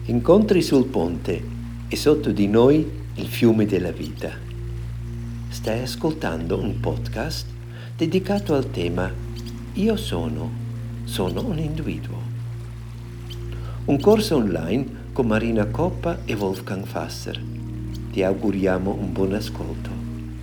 Incontri sul ponte e sotto di noi il fiume della vita. Stai ascoltando un podcast dedicato al tema Io sono un individuo. Un corso online con Marina Coppa e Wolfgang Fasser. Ti auguriamo un buon ascolto.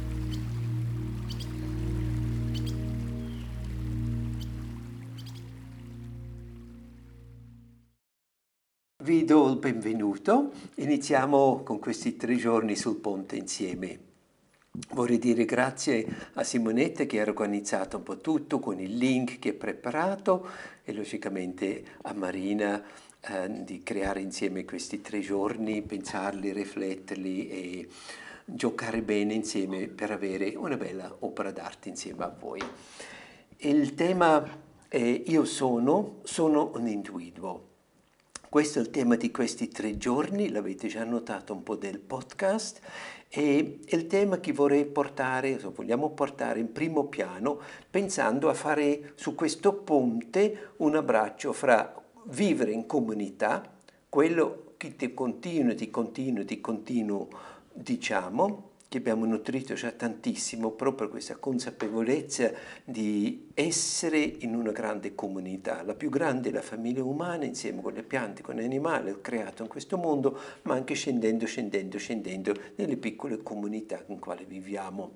Vi do il benvenuto. Iniziamo con questi 3 giorni sul ponte insieme. Vorrei dire grazie a Simonetta che ha organizzato un po' tutto con il link che ha preparato e logicamente a Marina di creare insieme questi 3 giorni, pensarli, rifletterli e giocare bene insieme per avere una bella opera d'arte insieme a voi. Il tema è Io sono un individuo. Questo è il tema di questi 3 giorni, l'avete già notato un po' del podcast, e il tema che vogliamo portare in primo piano, pensando a fare su questo ponte un abbraccio fra vivere in comunità, quello che ti continuo, diciamo, che abbiamo nutrito già tantissimo, proprio questa consapevolezza di essere in una grande comunità, la più grande è la famiglia umana insieme con le piante, con gli animali, creato in questo mondo, ma anche scendendo nelle piccole comunità in quali viviamo.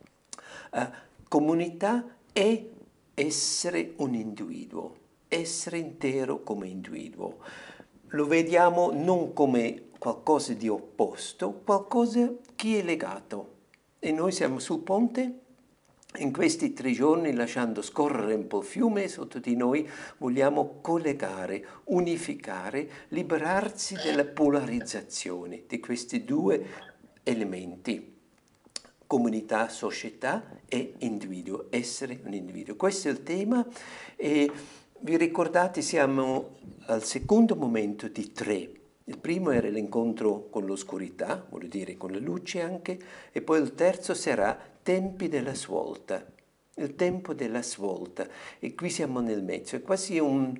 Comunità è essere un individuo, essere intero come individuo. Lo vediamo non come qualcosa di opposto, qualcosa che è legato. E noi siamo sul ponte. In questi 3 giorni, lasciando scorrere un po' il fiume sotto di noi, vogliamo collegare, unificare, liberarsi della polarizzazione di questi 2 elementi, comunità, società e individuo, essere un individuo. Questo è il tema e vi ricordate siamo al secondo momento di 3. Il primo era l'incontro con l'oscurità, vuol dire con la luce anche, e poi il terzo sarà tempi della svolta, il tempo della svolta, e qui siamo nel mezzo, è quasi un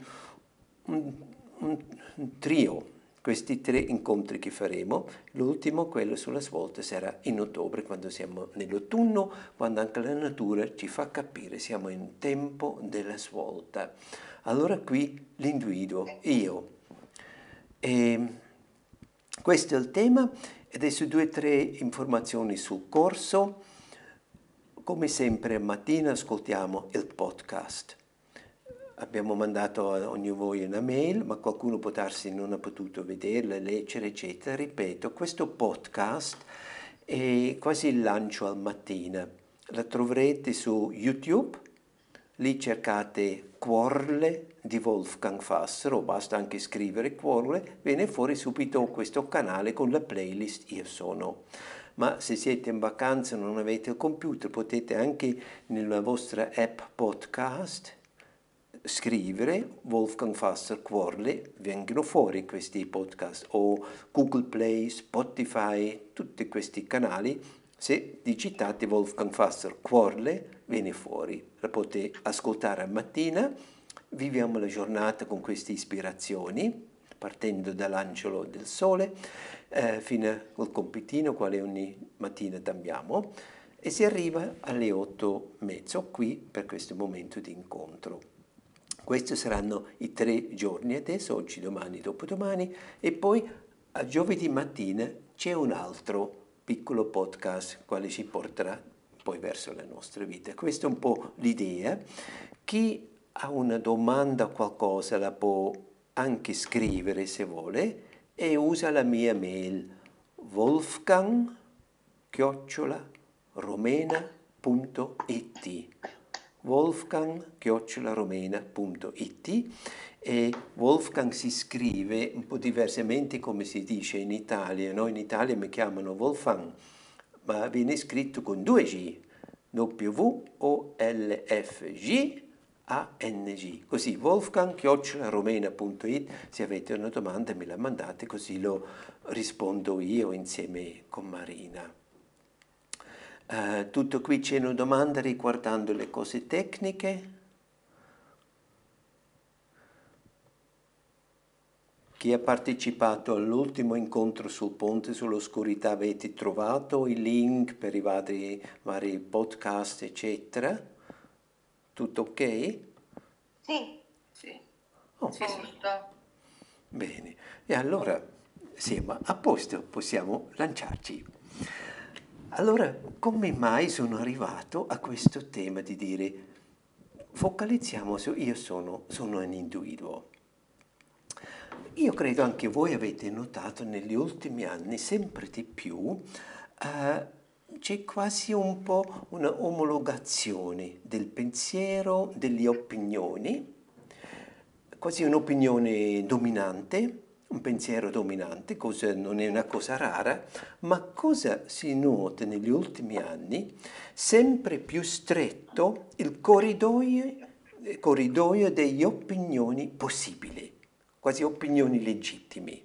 trio, questi 3 incontri che faremo. L'ultimo, quello sulla svolta, sarà in ottobre, quando siamo nell'autunno, quando anche la natura ci fa capire siamo in tempo della svolta. Allora qui l'individuo, io. E questo è il tema, ed adesso 2 o 3 informazioni sul corso. Come sempre, mattina ascoltiamo il podcast. Abbiamo mandato a ognuno di voi una mail, ma qualcuno può darsi non ha potuto vederla, leggere, eccetera. Ripeto, questo podcast è quasi il lancio al mattina. La troverete su YouTube, lì cercate Quarle di Wolfgang Fasser, o basta anche scrivere Quarle, viene fuori subito questo canale con la playlist Io sono. Ma se siete in vacanza e non avete il computer, potete anche nella vostra app podcast scrivere Wolfgang Fasser Quarle, vengono fuori questi podcast, o Google Play, Spotify, tutti questi canali. Se digitate Wolfgang Fasser Quarle viene fuori, la potete ascoltare al mattina. Viviamo la giornata con queste ispirazioni, partendo dall'angelo del sole fino al compitino, quale ogni mattina abbiamo, e si arriva alle 8:30 qui per questo momento di incontro. Questi saranno i 3 giorni adesso, oggi, domani, dopodomani, e poi a giovedì mattina c'è un altro piccolo podcast, quale ci porterà poi verso la nostra vita. Questa è un po' l'idea. Chi ha una domanda o qualcosa la può anche scrivere se vuole e usa la mia mail wolfgang@romena.it wolfgang@romena.it. E Wolfgang si scrive un po' diversamente come si dice in Italia. Noi in Italia mi chiamano Wolfgang, ma viene scritto con 2 G, WOLFGANG. Così wolfgang@romena.it. Se avete una domanda me la mandate, così lo rispondo io insieme con Marina. Tutto qui c'è una domanda riguardando le cose tecniche. Chi ha partecipato all'ultimo incontro sul ponte sull'oscurità, avete trovato i link per i vari podcast, eccetera? Tutto ok? Sì, sì, Ok, sì, sì, sto. bene. E allora siamo a posto, possiamo lanciarci. Allora, come mai sono arrivato a questo tema di dire focalizziamo su io sono un individuo? Io credo anche voi avete notato negli ultimi anni sempre di più c'è quasi un po' una omologazione del pensiero, delle opinioni, quasi un'opinione dominante, un pensiero dominante, cosa non è una cosa rara, ma cosa si nota negli ultimi anni? Sempre più stretto il corridoio delle opinioni possibili, quasi opinioni legittime.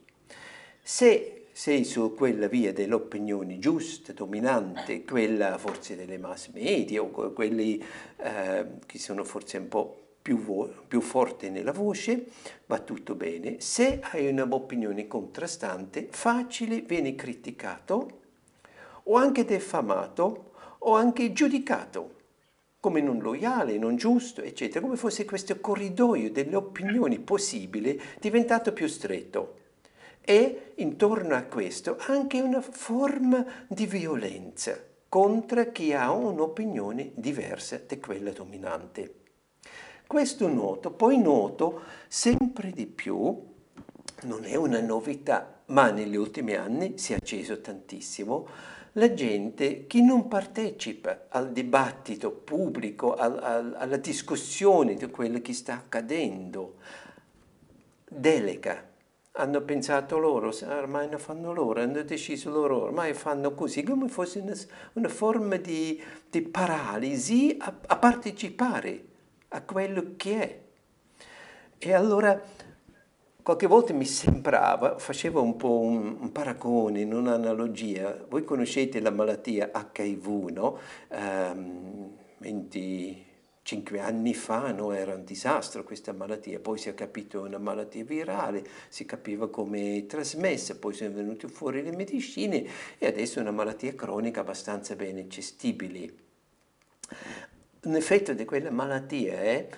Se sei su quella via delle opinioni giuste, dominante, quella forse delle mass media o quelli che sono forse un po' più forti nella voce, va tutto bene. Se hai un'opinione contrastante, facile, vieni criticato o anche diffamato o anche giudicato come non loiale, non giusto, eccetera, come fosse questo corridoio delle opinioni possibili diventato più stretto. E intorno a questo anche una forma di violenza contro chi ha un'opinione diversa da quella dominante. Questo noto, poi noto sempre di più, non è una novità, ma negli ultimi anni si è acceso tantissimo, la gente che non partecipa al dibattito pubblico, alla discussione di quello che sta accadendo, delega. Hanno pensato loro, ormai lo fanno loro, hanno deciso loro, ormai fanno così, come fosse una forma di paralisi a partecipare a quello che è. E allora qualche volta mi sembrava, facevo un po' un paragone, un'analogia. Voi conoscete la malattia HIV, no? 25 anni fa, no? Era un disastro questa malattia, poi si è capito una malattia virale, si capiva come è trasmessa, poi sono venute fuori le medicine e adesso è una malattia cronica abbastanza bene gestibile. Un effetto di quella malattia è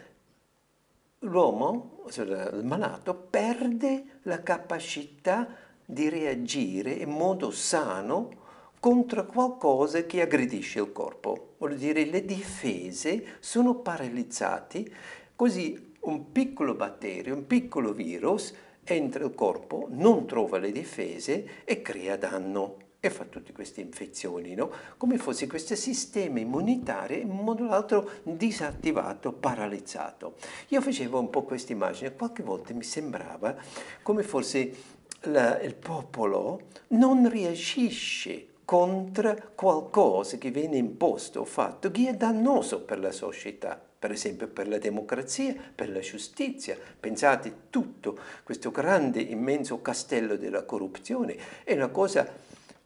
l'uomo, cioè il malato, perde la capacità di reagire in modo sano contro qualcosa che aggredisce il corpo. Vuol dire, le difese sono paralizzate, così un piccolo batterio, un piccolo virus entra nel corpo, non trova le difese e crea danno e fa tutte queste infezioni, no? Come fosse questo sistema immunitario in un modo o l'altro disattivato, paralizzato. Io facevo un po' questa immagine, qualche volta mi sembrava come fosse il popolo non reagisce contro qualcosa che viene imposto o fatto che è dannoso per la società, per esempio per la democrazia, per la giustizia. Pensate, tutto questo grande, immenso castello della corruzione è una cosa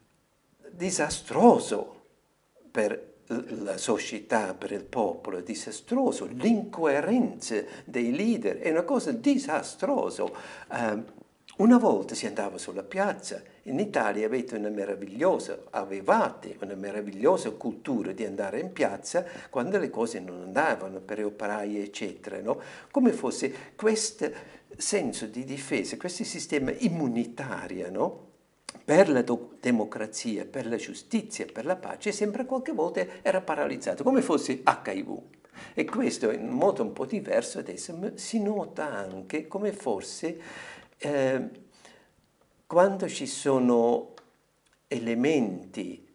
disastroso per la società, per il popolo, è disastroso, l'incoerenza dei leader è una cosa disastrosa. Una volta si andava sulla piazza, in Italia avevate una meravigliosa cultura di andare in piazza quando le cose non andavano per gli operai, eccetera, no? Come fosse questo senso di difesa, questo sistema immunitario, no? Per la democrazia, per la giustizia, per la pace, sembra qualche volta era paralizzato, come fosse HIV. E questo in un modo un po' diverso adesso si nota anche come forse eh, quando ci sono elementi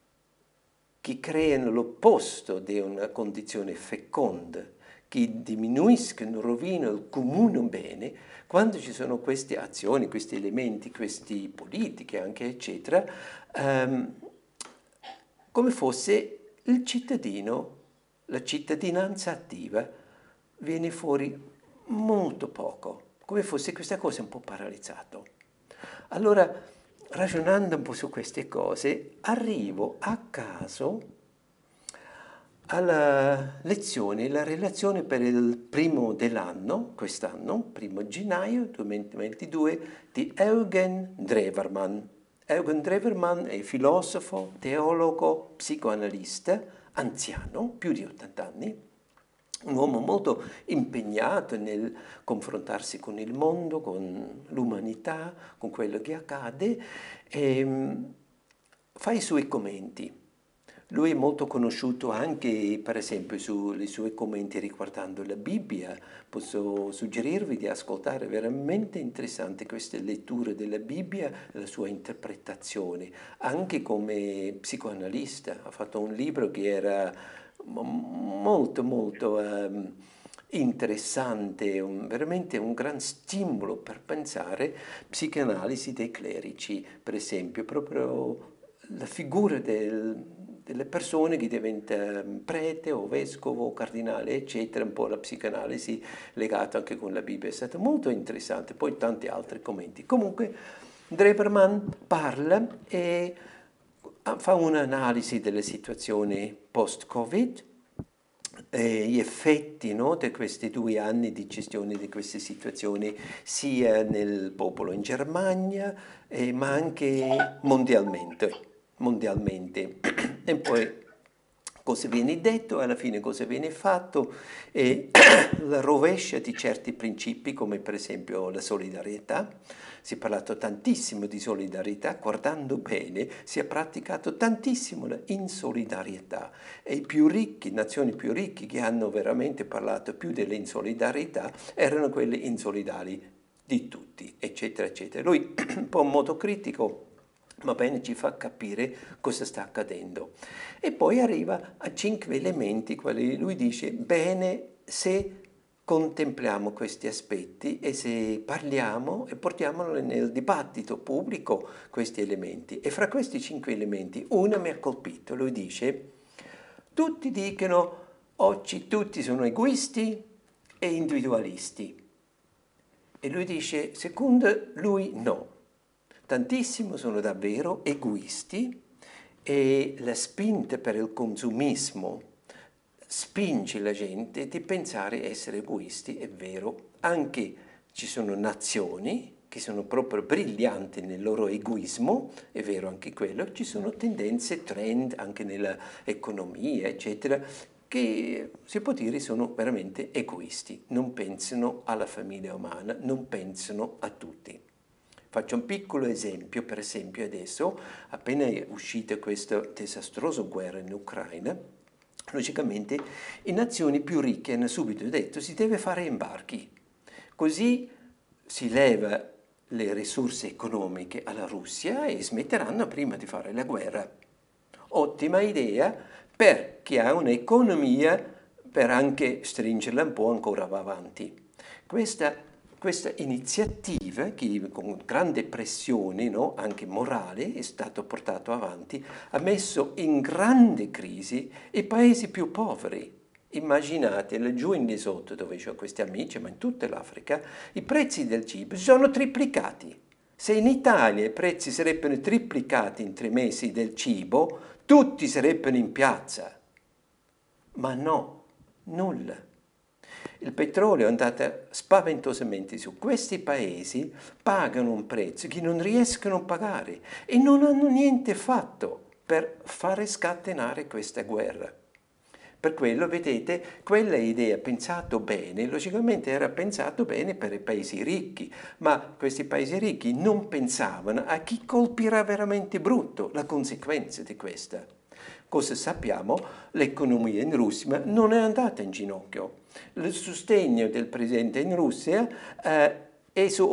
che creano l'opposto di una condizione feconda, che diminuiscono, rovinano il comune bene, quando ci sono queste azioni, questi elementi, queste politiche anche, eccetera, ehm, come fosse il cittadino, la cittadinanza attiva, viene fuori molto poco, come fosse questa cosa un po' paralizzato. Allora, ragionando un po' su queste cose, arrivo a caso alla lezione, la relazione per il primo dell'anno, quest'anno, 1° gennaio 2022, di Eugen Drewermann. Eugen Drewermann è filosofo, teologo, psicoanalista, anziano, più di 80 anni, un uomo molto impegnato nel confrontarsi con il mondo, con l'umanità, con quello che accade, e fa i suoi commenti. Lui è molto conosciuto anche, per esempio, sui suoi commenti riguardando la Bibbia. Posso suggerirvi di ascoltare, veramente interessante queste letture della Bibbia, la sua interpretazione, anche come psicoanalista. Ha fatto un libro che era molto interessante, veramente un gran stimolo per pensare psicanalisi dei clerici, per esempio, proprio la figura delle persone che diventa prete o vescovo o cardinale, eccetera, un po' la psicanalisi legata anche con la Bibbia. È stato molto interessante, poi tanti altri commenti. Comunque Drewermann parla e fa un'analisi della situazione post-Covid, gli effetti, no, di questi 2 anni di gestione di queste situazioni sia nel popolo in Germania ma anche mondialmente. E poi cosa viene detto, alla fine cosa viene fatto e la rovescia di certi principi come per esempio la solidarietà. Si è parlato tantissimo di solidarietà, guardando bene si è praticato tantissimo la insolidarietà e i più ricchi, nazioni più ricche che hanno veramente parlato più dell'insolidarietà erano quelle insolidali di tutti, eccetera, eccetera. Lui un po' in modo critico, va bene, ci fa capire cosa sta accadendo. E poi arriva a 5 elementi, quali lui dice, bene, se contempliamo questi aspetti e se parliamo e portiamolo nel dibattito pubblico questi elementi. E fra questi 5 elementi, uno mi ha colpito, lui dice, tutti dicono, oggi tutti sono egoisti e individualisti. E lui dice, secondo lui no. Tantissimo sono davvero egoisti e la spinta per il consumismo spinge la gente di pensare essere egoisti, è vero. Anche ci sono nazioni che sono proprio brillanti nel loro egoismo, è vero anche quello, ci sono tendenze, trend anche nell'economia, eccetera, che si può dire sono veramente egoisti, non pensano alla famiglia umana, non pensano a tutti. Faccio un piccolo esempio, per esempio adesso, appena è uscita questa disastrosa guerra in Ucraina, logicamente le nazioni più ricche hanno subito detto si deve fare imbarchi, così si leva le risorse economiche alla Russia e smetteranno prima di fare la guerra. Ottima idea per chi ha un'economia per anche stringerla un po' ancora va avanti. Questa iniziativa, che con grande pressione, no, anche morale, è stato portato avanti, ha messo in grande crisi i paesi più poveri. Immaginate, laggiù in Lesotho, dove ho questi amici, ma in tutta l'Africa, i prezzi del cibo sono triplicati. Se in Italia i prezzi sarebbero triplicati in 3 mesi del cibo, tutti sarebbero in piazza. Ma no, nulla. Il petrolio è andato spaventosamente su. Questi paesi pagano un prezzo che non riescono a pagare e non hanno niente fatto per fare scatenare questa guerra. Per quello, vedete, quella idea pensato bene, logicamente era pensato bene per i paesi ricchi, ma questi paesi ricchi non pensavano a chi colpirà veramente brutto la conseguenza di questa. Cosa sappiamo? L'economia in Russia non è andata in ginocchio. Il sostegno del presidente in Russia è su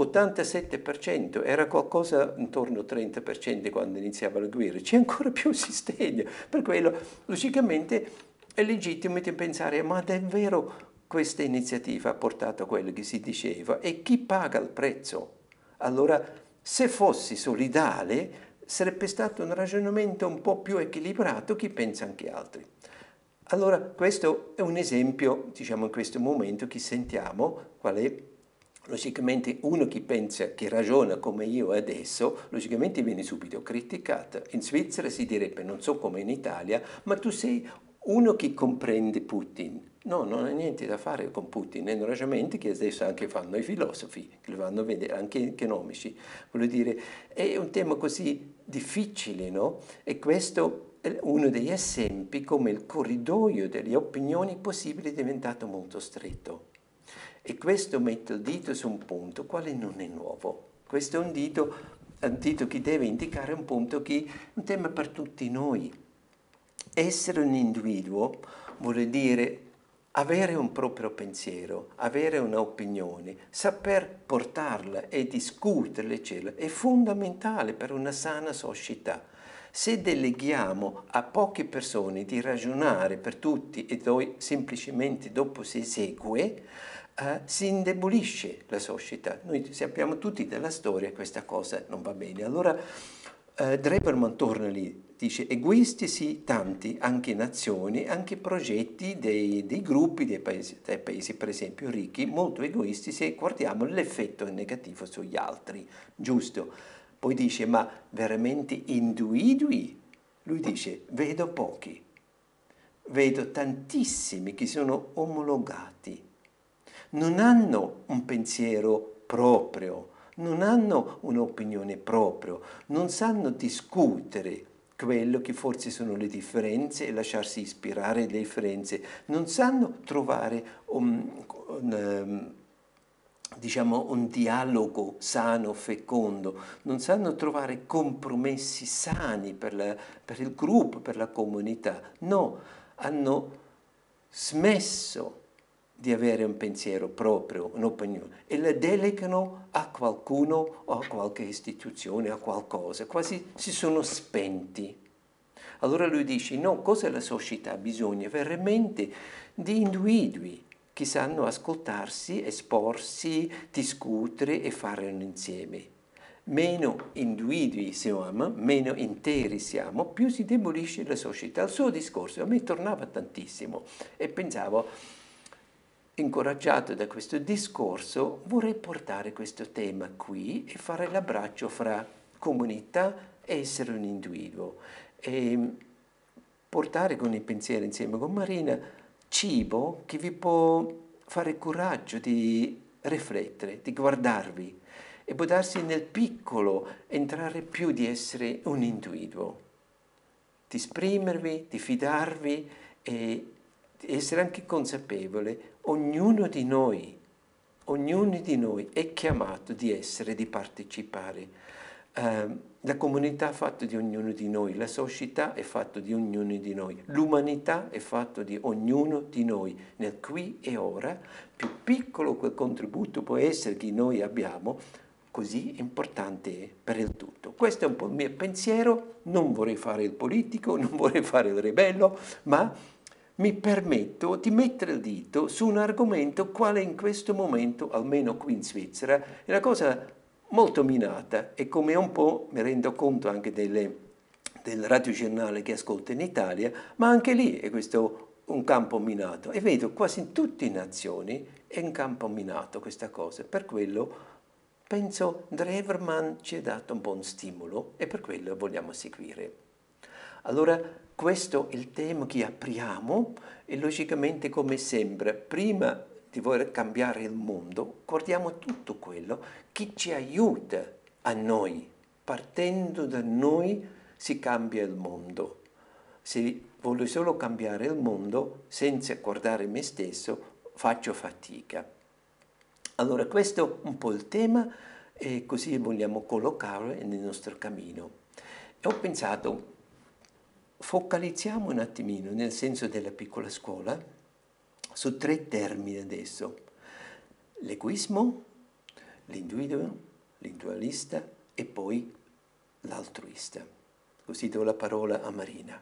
87%, era qualcosa intorno al 30% quando iniziava la guerra. C'è ancora più sostegno. Per quello, logicamente, è legittimo di pensare, ma davvero questa iniziativa ha portato a quello che si diceva? E chi paga il prezzo? Allora, se fossi solidale, sarebbe stato un ragionamento un po' più equilibrato, chi pensa anche altri. Allora, questo è un esempio, diciamo, in questo momento che sentiamo, qual è, logicamente, uno che pensa, che ragiona come io adesso, logicamente viene subito criticato. In Svizzera si direbbe, non so come in Italia, ma tu sei Uno che comprende Putin, no, non ha niente da fare con Putin, è un ragionamento che adesso anche fanno i filosofi, che lo vanno a vedere, anche economici. Voglio dire, è un tema così difficile, no? E questo è uno degli esempi come il corridoio delle opinioni possibili è diventato molto stretto. E questo mette il dito su un punto, quale non è nuovo. Questo è un dito che deve indicare un punto che è un tema per tutti noi. Essere un individuo vuol dire avere un proprio pensiero, avere un'opinione, saper portarla e discuterla, eccetera, è fondamentale per una sana società. Se deleghiamo a poche persone di ragionare per tutti e poi semplicemente dopo si esegue, si indebolisce la società. Noi sappiamo tutti della storia che questa cosa non va bene. Allora Dreperman torna lì, dice egoisti sì, tanti, anche nazioni, anche progetti dei gruppi dei paesi, per esempio ricchi, molto egoisti se guardiamo l'effetto negativo sugli altri, giusto? Poi dice ma veramente individui? Lui dice vedo pochi, vedo tantissimi che sono omologati, non hanno un pensiero proprio, non hanno un'opinione propria, non sanno discutere quello che forse sono le differenze e lasciarsi ispirare le differenze, non sanno trovare diciamo, un dialogo sano, fecondo, non sanno trovare compromessi sani per il gruppo, per la comunità. No, hanno smesso di avere un pensiero proprio, un'opinione, e la delegano a qualcuno o a qualche istituzione, a qualcosa, quasi si sono spenti. Allora lui dice, no, cosa la società? Bisogna veramente di individui che sanno ascoltarsi, esporsi, discutere e fare un insieme. Meno individui siamo, meno interi siamo, più si demolisce la società. Il suo discorso a me tornava tantissimo e pensavo, incoraggiato da questo discorso, vorrei portare questo tema qui e fare l'abbraccio fra comunità e essere un individuo. E portare con il pensiero insieme con Marina cibo che vi può fare coraggio di riflettere, di guardarvi e può darsi nel piccolo entrare più di essere un individuo, di esprimervi, di fidarvi e di essere anche consapevole, ognuno di noi è chiamato di essere, di partecipare. La comunità è fatta di ognuno di noi, la società è fatta di ognuno di noi, l'umanità è fatta di ognuno di noi, nel qui e ora, più piccolo quel contributo può essere che noi abbiamo, così importante è per il tutto. Questo è un po' il mio pensiero, non vorrei fare il politico, non vorrei fare il ribello, ma mi permetto di mettere il dito su un argomento quale in questo momento, almeno qui in Svizzera, è una cosa molto minata e come un po' mi rendo conto anche del radiogiornale che ascolto in Italia, ma anche lì è questo un campo minato e vedo quasi in tutte le nazioni è un campo minato questa cosa, per quello penso Dreverman ci ha dato un buon stimolo e per quello vogliamo seguire. Allora questo è il tema che apriamo e logicamente come sempre, prima di voler cambiare il mondo, guardiamo tutto quello che ci aiuta a noi. Partendo da noi si cambia il mondo. Se voglio solo cambiare il mondo senza guardare me stesso, faccio fatica. Allora questo è un po' il tema e così vogliamo collocarlo nel nostro cammino. E ho pensato, focalizziamo un attimino nel senso della piccola scuola su 3 termini adesso. L'egoismo, l'individuo, l'individualista e poi l'altruista. Così do la parola a Marina.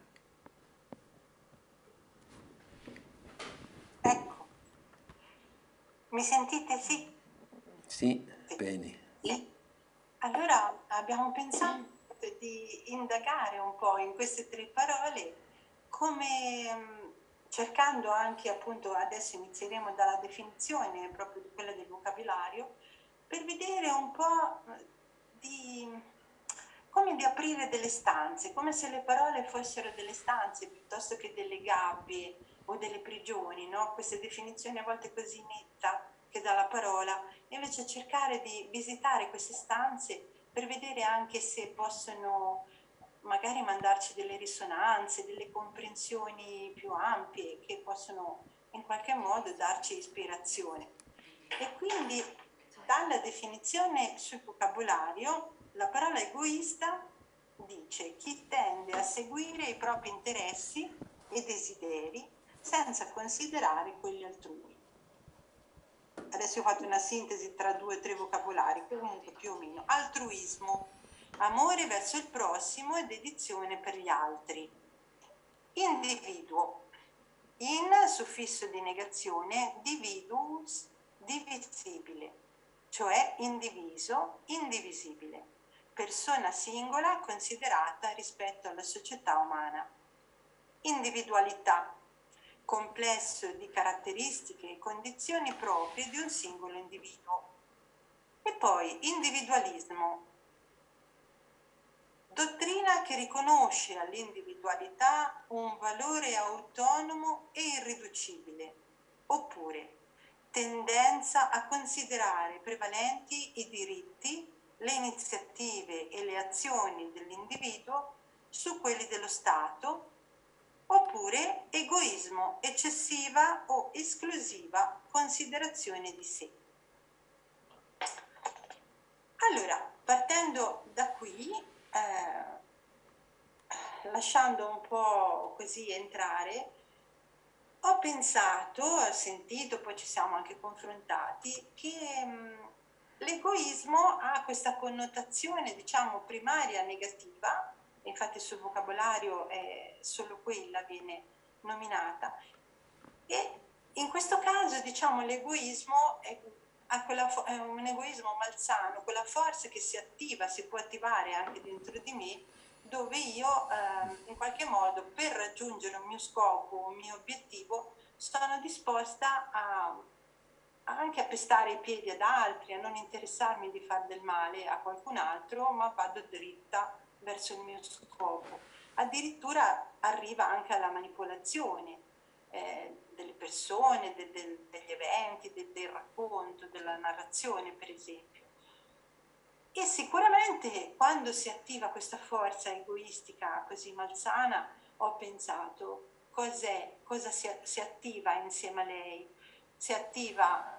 Ecco, mi sentite? Sì? Sì, bene. Sì. Allora abbiamo pensato di indagare un po' in queste 3 parole come cercando anche appunto, adesso inizieremo dalla definizione proprio di quella del vocabolario, per vedere un po' di come di aprire delle stanze, come se le parole fossero delle stanze piuttosto che delle gabbie o delle prigioni, no? Queste definizioni a volte così netta che dà la parola, invece cercare di visitare queste stanze per vedere anche se possono magari mandarci delle risonanze, delle comprensioni più ampie che possono in qualche modo darci ispirazione. E quindi dalla definizione sul vocabolario, la parola egoista dice chi tende a seguire i propri interessi e desideri senza considerare quelli altrui. Adesso ho fatto una sintesi tra 2 o 3 vocabolari, comunque più o meno. Altruismo, amore verso il prossimo e dedizione per gli altri. Individuo, in suffisso di negazione, dividuus, divisibile, cioè indiviso, indivisibile, persona singola considerata rispetto alla società umana. Individualità, complesso di caratteristiche e condizioni proprie di un singolo individuo. E poi individualismo, dottrina che riconosce all'individualità un valore autonomo e irriducibile, oppure tendenza a considerare prevalenti i diritti, le iniziative e le azioni dell'individuo su quelli dello Stato, oppure egoismo, eccessiva o esclusiva considerazione di sé. Allora, partendo da qui, lasciando un po' così entrare, ho pensato, ho sentito, poi ci siamo anche confrontati, che l'egoismo ha questa connotazione, diciamo, primaria negativa, infatti sul vocabolario solo quella viene nominata, e in questo caso, diciamo, l'egoismo è un egoismo malsano, quella forza che si attiva, si può attivare anche dentro di me, dove io in qualche modo per raggiungere un mio scopo, un mio obiettivo, sono disposta anche a pestare i piedi ad altri, a non interessarmi di fare del male a qualcun altro, ma vado dritta verso il mio scopo. Addirittura arriva anche alla manipolazione delle persone, degli eventi, del racconto, della narrazione, per esempio. E sicuramente quando si attiva questa forza egoistica così malsana, ho pensato cosa si attiva insieme a lei. Si attiva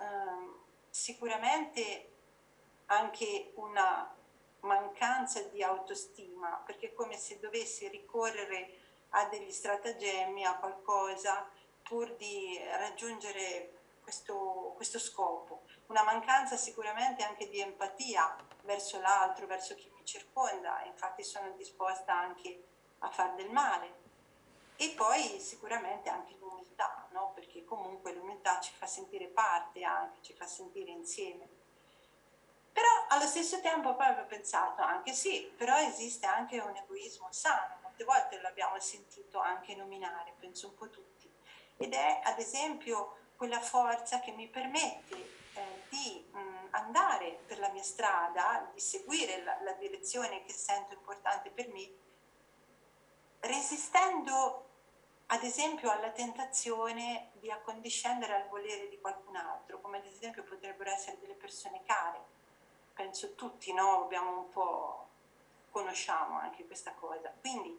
sicuramente anche una mancanza di autostima, perché è come se dovessi ricorrere a degli stratagemmi, a qualcosa pur di raggiungere questo scopo. Una mancanza sicuramente anche di empatia verso l'altro, verso chi mi circonda, infatti sono disposta anche a far del male. E poi sicuramente anche l'umiltà, no? Perché comunque l'umiltà ci fa sentire parte anche, ci fa sentire insieme. Però allo stesso tempo poi avevo pensato anche sì, però esiste anche un egoismo sano, molte volte l'abbiamo sentito anche nominare, penso un po' tutti, ed è ad esempio quella forza che mi permette di andare per la mia strada, di seguire la direzione che sento importante per me, resistendo ad esempio alla tentazione di accondiscendere al volere di qualcun altro, come ad esempio potrebbero essere delle persone care. Penso tutti, no? Abbiamo un po', conosciamo anche questa cosa. Quindi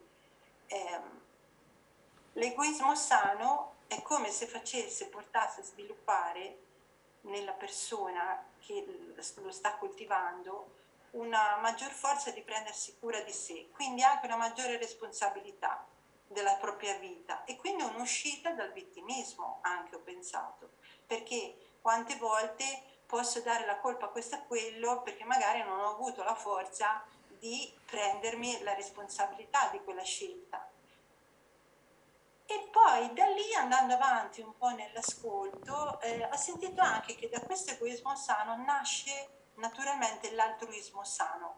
l'egoismo sano è come se facesse, portasse a sviluppare nella persona che lo sta coltivando una maggior forza di prendersi cura di sé, quindi anche una maggiore responsabilità della propria vita e quindi un'uscita dal vittimismo, anche ho pensato, perché quante volte posso dare la colpa a questo e a quello perché magari non ho avuto la forza di prendermi la responsabilità di quella scelta. E poi da lì, andando avanti un po' nell'ascolto, ho sentito anche che da questo egoismo sano nasce naturalmente l'altruismo sano.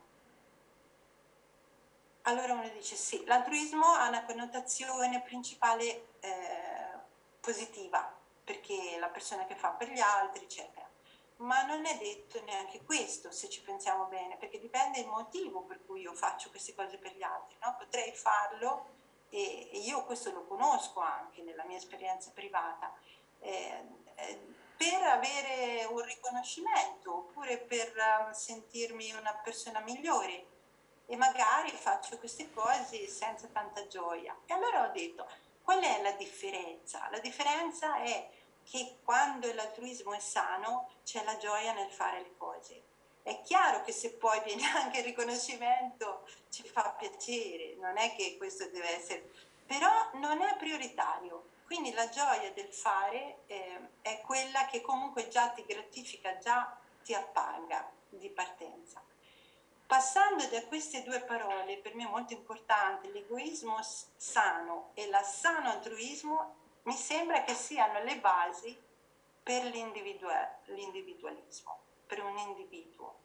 Allora uno dice sì, l'altruismo ha una connotazione principale positiva, perché è la persona che fa per gli altri, eccetera. ma non è detto neanche questo, se ci pensiamo bene, perché dipende il motivo per cui io faccio queste cose per gli altri, no? Potrei farlo, e io questo lo conosco anche nella mia esperienza privata, eh, per avere un riconoscimento, oppure per sentirmi una persona migliore, e magari faccio queste cose senza tanta gioia. E allora ho detto, qual è la differenza? La differenza è che quando l'altruismo è sano c'è la gioia nel fare le cose. È chiaro che se poi viene anche il riconoscimento ci fa piacere, non è che questo deve essere, però non è prioritario. Quindi la gioia del fare è quella che comunque già ti gratifica, già ti appaga di partenza. Passando da queste due parole, per me molto importante, l'egoismo sano e la sano altruismo, mi sembra che siano le basi per l'individualismo, per un individuo.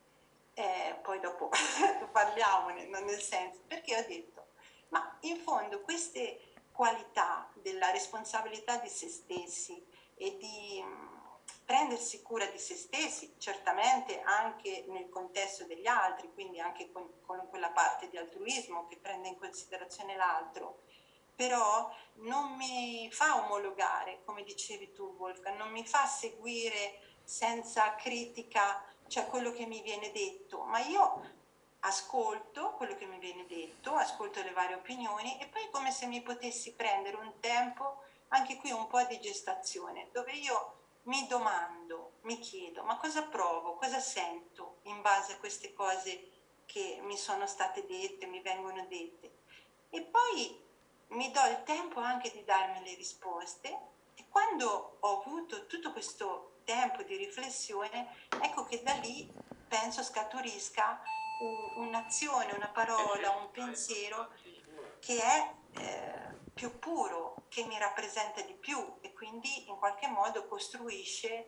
Poi dopo parliamone, non nel senso, perché ho detto, ma in fondo queste qualità della responsabilità di se stessi e di prendersi cura di se stessi, certamente anche nel contesto degli altri, quindi anche con quella parte di altruismo che prende in considerazione l'altro, però non mi fa omologare, come dicevi tu Wolfgang, non mi fa seguire senza critica, cioè quello che mi viene detto, ma io ascolto quello che mi viene detto, ascolto le varie opinioni, e poi è come se mi potessi prendere un tempo, anche qui un po' di gestazione, dove io mi domando, mi chiedo, ma cosa provo, cosa sento in base a queste cose che mi sono state dette, mi vengono dette. E poi mi do il tempo anche di darmi le risposte, e quando ho avuto tutto questo tempo di riflessione, ecco che da lì penso scaturisca un'azione, una parola, un pensiero che è più puro, che mi rappresenta di più, e quindi in qualche modo costruisce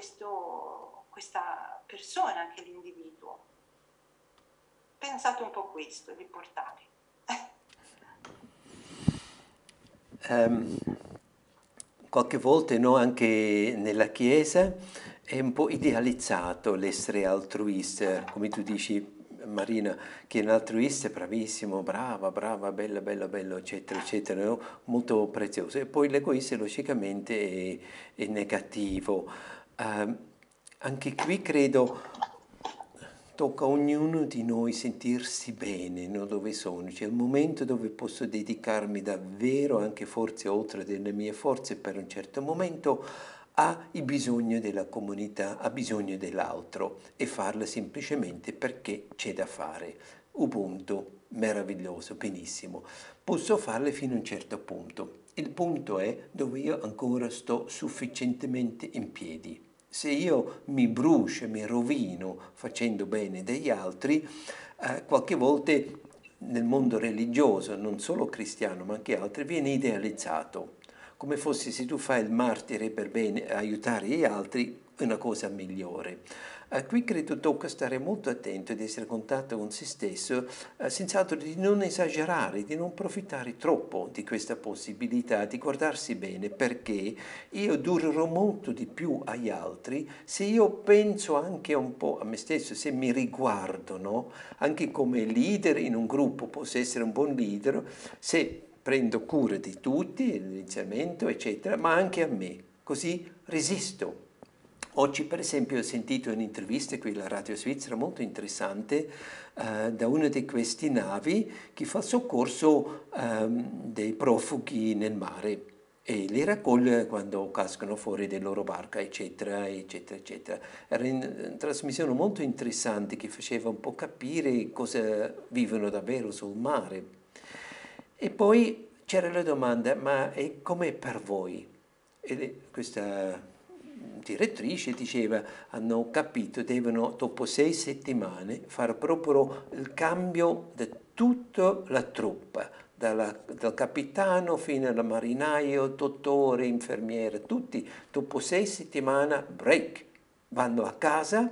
questa persona che è l'individuo. Pensate un po' questo di portare. Qualche volta, no, anche nella Chiesa è un po' idealizzato l'essere altruista, come tu dici, Marina, che è un altruista è bravissimo, brava, brava, bella, bella, bello, eccetera, eccetera, no? Molto prezioso. E poi l'egoista logicamente è negativo. Ehm, Anche qui credo tocca a ognuno di noi sentirsi bene, no? Dove sono. C'è il momento dove posso dedicarmi davvero, anche forse oltre delle mie forze per un certo momento, ai bisogni della comunità, ha bisogno dell'altro, e farlo semplicemente perché c'è da fare. Ubuntu, meraviglioso, benissimo. Posso farle fino a un certo punto. Il punto è dove io ancora sto sufficientemente in piedi. Se io mi brucio, mi rovino facendo bene degli altri, qualche volta nel mondo religioso, non solo cristiano ma anche altri, viene idealizzato, come fosse, se tu fai il martire per bene, aiutare gli altri, è una cosa migliore. Qui credo tocca stare molto attento ed essere a contatto con se stesso, senz'altro di non esagerare, di non approfittare troppo di questa possibilità, di guardarsi bene, perché io durerò molto di più agli altri se io penso anche un po' a me stesso, se mi riguardo, no? Anche come leader in un gruppo posso essere un buon leader se prendo cura di tutti, l'iniziamento, eccetera, ma anche a me, così resisto. Oggi per esempio ho sentito un'intervista qui alla Radio Svizzera molto interessante da una di queste navi che fa soccorso dei profughi nel mare e li raccoglie quando cascano fuori dalla loro barca, eccetera, eccetera, eccetera. Era una trasmissione molto interessante che faceva un po' capire cosa vivono davvero sul mare. E poi c'era la domanda, ma è com'è per voi? E questa direttrice diceva, hanno capito, devono dopo 6 settimane fare proprio il cambio di tutta la truppa, dal capitano fino al marinaio, dottore, infermiere, tutti, dopo 6 settimane break, vanno a casa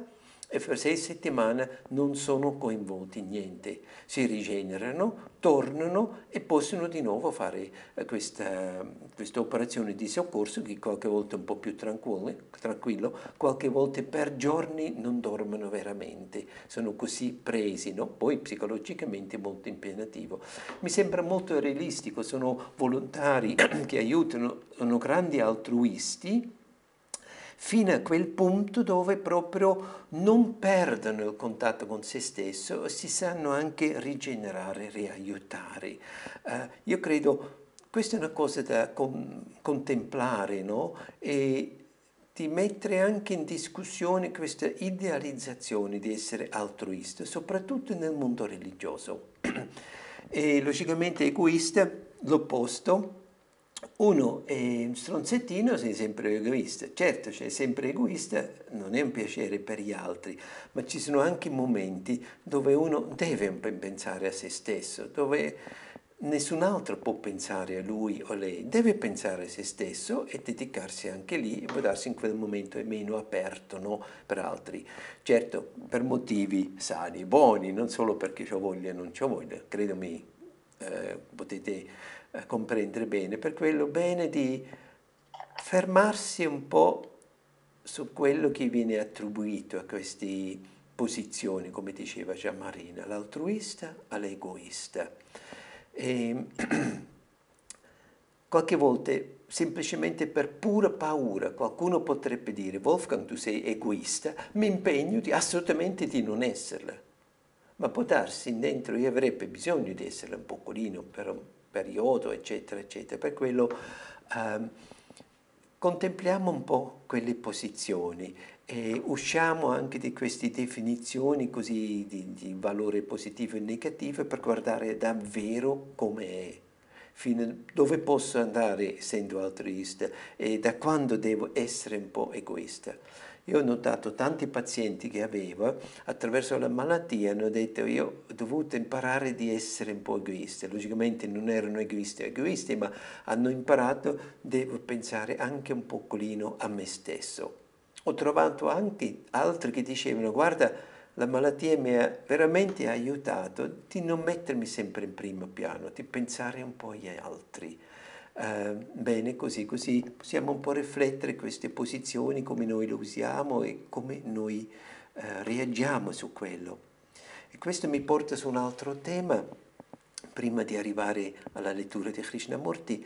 e per 6 settimane non sono coinvolti in niente, si rigenerano, tornano e possono di nuovo fare questa operazione di soccorso che qualche volta è un po' più tranquillo, qualche volta per giorni non dormono veramente, sono così presi, no? Poi psicologicamente molto impegnativo. Mi sembra molto realistico, sono volontari che aiutano, sono grandi altruisti, fino a quel punto dove proprio non perdono il contatto con se stesso, si sanno anche rigenerare, riaiutare. Io credo questa è una cosa da contemplare, no? E di mettere anche in discussione questa idealizzazione di essere altruista, soprattutto nel mondo religioso. E logicamente egoista, l'opposto. Uno è un stronzettino, sei sempre egoista. Certo, c'è sempre egoista, non è un piacere per gli altri, ma ci sono anche momenti dove uno deve pensare a se stesso, dove nessun altro può pensare a lui o lei, deve pensare a se stesso e dedicarsi anche lì e può darsi in quel momento è meno aperto, no, per altri. Certo, per motivi sani, buoni, non solo perché c'ho voglia o non c'ho voglia, credimi, potete comprendere bene, per quello bene di fermarsi un po' su quello che viene attribuito a queste posizioni, come diceva Gianmarina, l'altruista all'egoista. E qualche volta, semplicemente per pura paura, qualcuno potrebbe dire: Wolfgang, tu sei egoista, mi impegno assolutamente di non esserla. Ma può darsi dentro, io avrebbe bisogno di essere un pocolino per un periodo, eccetera, eccetera. Per quello contempliamo un po' quelle posizioni e usciamo anche di queste definizioni così di valore positivo e negativo per guardare davvero come è, fino a dove posso andare essendo altruista e da quando devo essere un po' egoista. Io ho notato tanti pazienti che avevo, attraverso la malattia, hanno detto io ho dovuto imparare di essere un po' egoista. Logicamente non erano egoisti, ma hanno imparato, devo pensare anche un pocolino a me stesso. Ho trovato anche altri che dicevano guarda, la malattia mi ha veramente aiutato di non mettermi sempre in primo piano, di pensare un po' agli altri. Bene, così possiamo un po' riflettere queste posizioni, come noi le usiamo e come noi reagiamo su quello. E questo mi porta su un altro tema, prima di arrivare alla lettura di Krishnamurti.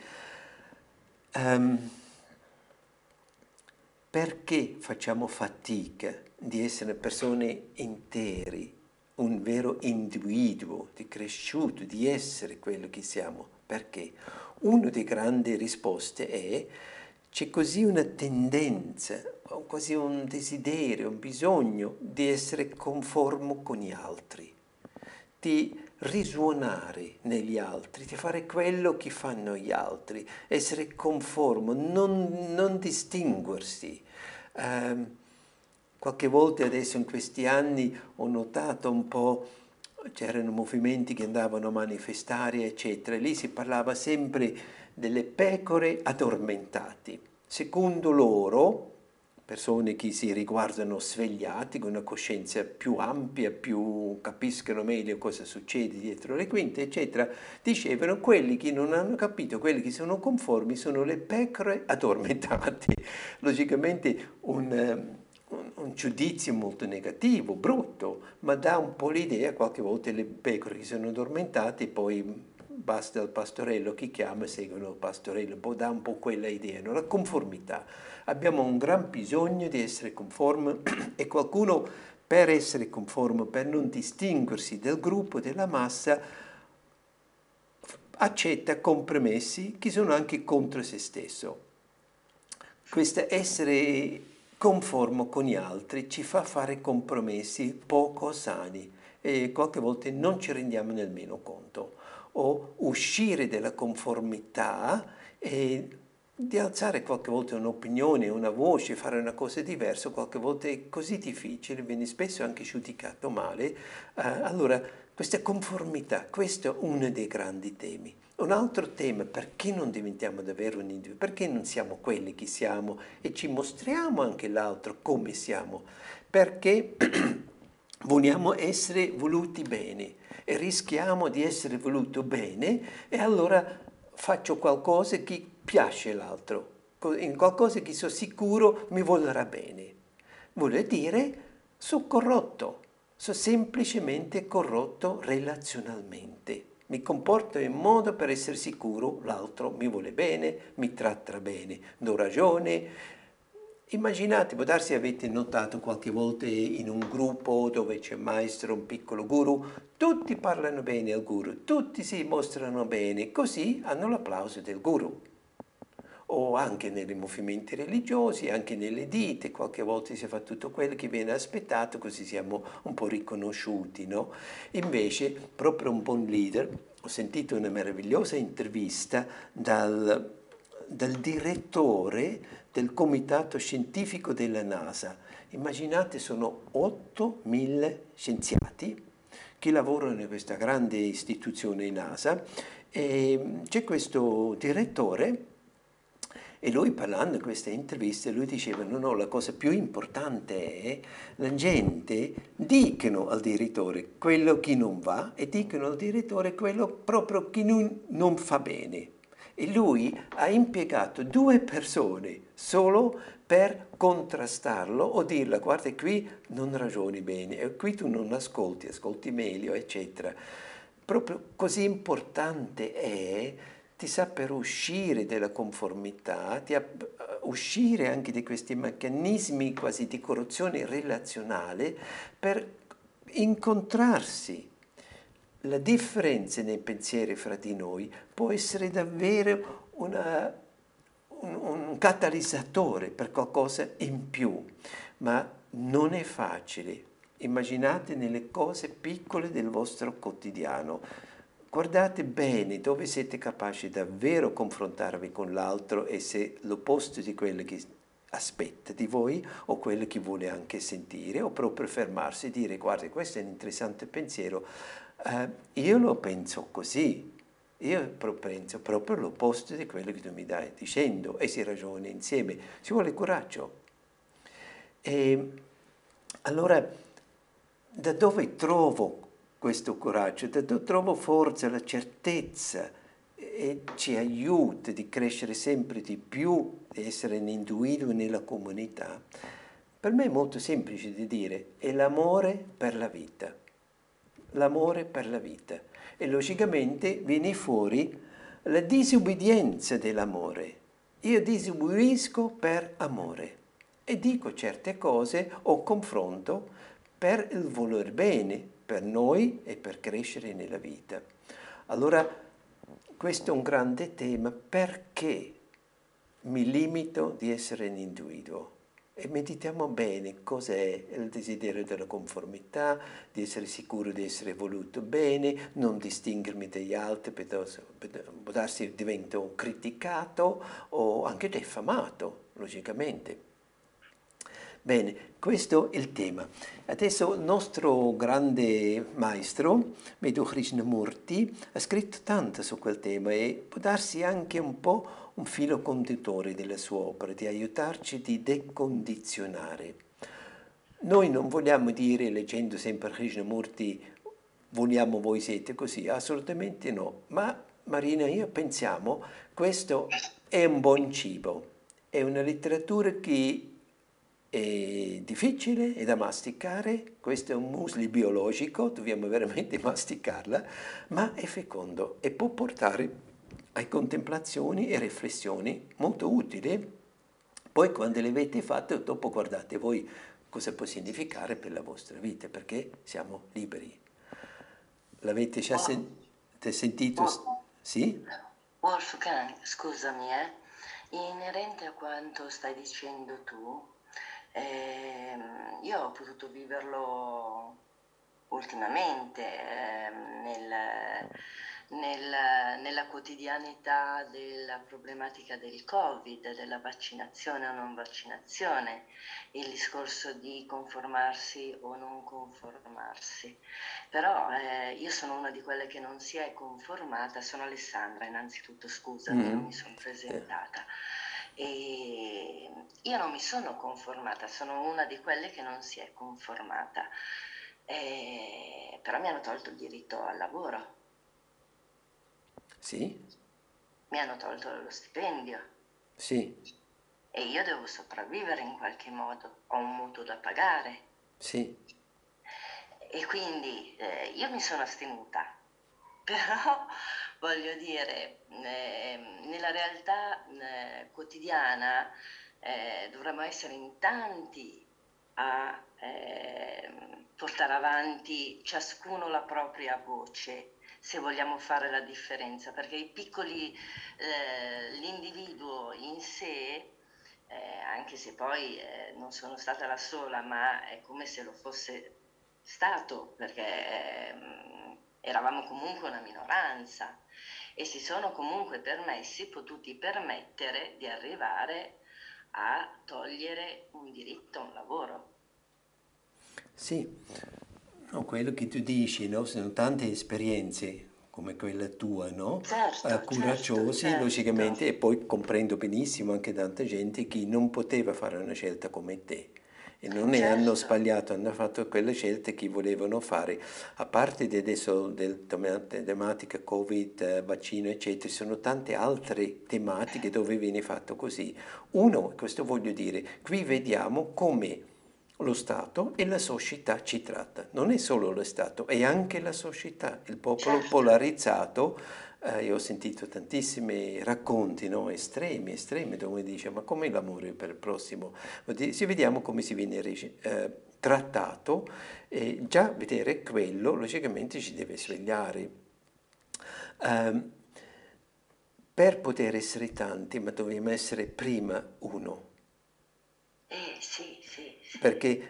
Perché facciamo fatica di essere persone intere, un vero individuo, di cresciuto, di essere quello che siamo? Perché? Una delle grandi risposte è c'è così una tendenza, quasi un desiderio, un bisogno di essere conformo con gli altri, di risuonare negli altri, di fare quello che fanno gli altri, essere conformo, non distinguersi. Qualche volta adesso in questi anni ho notato un po', c'erano movimenti che andavano a manifestare, eccetera, lì si parlava sempre delle pecore addormentate. Secondo loro, persone che si riguardano svegliati, con una coscienza più ampia, più capiscono meglio cosa succede dietro le quinte, eccetera, dicevano quelli che non hanno capito, quelli che sono conformi, sono le pecore addormentate. Logicamente un giudizio molto negativo, brutto, ma dà un po' l'idea, qualche volta le pecore che sono addormentate, poi basta il pastorello che chiama, seguono il pastorello, dà un po' quella idea, no? La conformità. Abbiamo un gran bisogno di essere conformi e qualcuno per essere conforme, per non distinguersi del gruppo, della massa, accetta compromessi che sono anche contro se stesso. Questo essere conformo con gli altri ci fa fare compromessi poco sani e qualche volta non ci rendiamo nemmeno conto. O uscire dalla conformità e di alzare qualche volta un'opinione, una voce, fare una cosa diversa, qualche volta è così difficile, viene spesso anche giudicato male. Allora Questa conformità, questo è uno dei grandi temi. Un altro tema, perché non diventiamo davvero un individuo? Perché non siamo quelli che siamo e ci mostriamo anche l'altro come siamo? Perché vogliamo essere voluti bene e rischiamo di essere voluto bene e allora faccio qualcosa che piace all'altro, in qualcosa che sono sicuro mi volerà bene. Vuol dire sono corrotto, sono semplicemente corrotto relazionalmente. Mi comporto in modo per essere sicuro l'altro mi vuole bene, mi tratta bene, do ragione. Immaginate, può darsi avete notato qualche volta in un gruppo dove c'è un maestro, un piccolo guru, tutti parlano bene al guru, tutti si mostrano bene, così hanno l'applauso del guru. O anche nei movimenti religiosi, anche nelle dite, qualche volta si fa tutto quello che viene aspettato, così siamo un po' riconosciuti, no? Invece, proprio un buon leader, ho sentito una meravigliosa intervista dal direttore del comitato scientifico della NASA. Immaginate, sono 8.000 scienziati che lavorano in questa grande istituzione NASA e c'è questo direttore e lui parlando in queste interviste, lui diceva no, la cosa più importante è la gente dicono al direttore quello che non va e dicono al direttore quello proprio che non fa bene. E lui ha impiegato 2 persone solo per contrastarlo o dirle guarda qui non ragioni bene, e qui tu non ascolti, ascolti meglio, eccetera. Proprio così importante è ti saper uscire dalla conformità, uscire anche di questi meccanismi quasi di corruzione relazionale per incontrarsi. La differenza nei pensieri fra di noi può essere davvero un catalizzatore per qualcosa in più, ma non è facile. Immaginate nelle cose piccole del vostro quotidiano. Guardate bene dove siete capaci davvero confrontarvi con l'altro e se l'opposto di quello che aspetta di voi o quello che vuole anche sentire o proprio fermarsi e dire guarda questo è un interessante pensiero, io lo penso così, io penso proprio l'opposto di quello che tu mi dai dicendo e si ragiona insieme, ci vuole coraggio. E allora da dove trovo questo coraggio? Da dove trovo forza, la certezza e ci aiuta di crescere sempre di più, di essere un individuo nella comunità? Per me è molto semplice di dire, è l'amore per la vita. L'amore per la vita. E logicamente viene fuori la disobbedienza dell'amore. Io disobbedisco per amore e dico certe cose o confronto per il voler bene, per noi e per crescere nella vita. Allora, questo è un grande tema perché mi limito di essere un individuo. E meditiamo bene cos'è il desiderio della conformità, di essere sicuro di essere voluto bene, non distinguermi dagli altri, può darsi divento criticato o anche diffamato, logicamente. Bene, questo è il tema. Adesso il nostro grande maestro, Madhu Krishnamurti, ha scritto tanto su quel tema e può darsi anche un po' un filo conduttore della sua opera, di aiutarci a decondizionare. Noi non vogliamo dire, leggendo sempre Krishnamurti, vogliamo voi siete così, assolutamente no, ma Marina e io pensiamo questo è un buon cibo, è una letteratura che è difficile, è da masticare, questo è un muesli biologico, dobbiamo veramente masticarla, ma è fecondo e può portare a contemplazioni e riflessioni molto utili. Poi quando le avete fatte, dopo guardate voi cosa può significare per la vostra vita, perché siamo liberi. L'avete già sentito? Sì? Wolfgang, scusami, inerente a quanto stai dicendo tu, io ho potuto viverlo ultimamente nella quotidianità della problematica del Covid, della vaccinazione o non vaccinazione, il discorso di conformarsi o non conformarsi. Però io sono una di quelle che non si è conformata, sono Alessandra innanzitutto, scusami, non mi sono presentata. E io non mi sono conformata, sono una di quelle che non si è conformata, però mi hanno tolto il diritto al lavoro. Sì? Mi hanno tolto lo stipendio. Sì. E io devo sopravvivere in qualche modo, ho un mutuo da pagare. Sì. E quindi io mi sono astenuta, però voglio dire, nella realtà quotidiana dovremmo essere in tanti a portare avanti ciascuno la propria voce se vogliamo fare la differenza, perché i piccoli, l'individuo in sé, anche se poi non sono stata la sola, ma è come se lo fosse stato, perché eravamo comunque una minoranza e si sono comunque potuti permettere di arrivare a togliere un diritto a un lavoro. Sì, no, quello che tu dici, no? Sono tante esperienze come quella tua, no? Certo, Coraggiosi, certo. logicamente, e poi comprendo benissimo anche tanta gente che non poteva fare una scelta come te. E non ne hanno Certo. sbagliato, hanno fatto quelle scelte che volevano fare. A parte di adesso della tematica Covid, vaccino, eccetera, ci sono tante altre tematiche dove viene fatto così. Uno, questo voglio dire, qui vediamo come lo Stato e la società ci tratta. Non è solo lo Stato, è anche la società, il popolo Certo. polarizzato. Io ho sentito tantissimi racconti, no? Estremi, dove dice ma come l'amore per il prossimo? Se vediamo come si viene trattato, già vedere quello logicamente ci deve svegliare. Ehm, per poter essere tanti, ma dobbiamo essere prima uno. Sì. Perché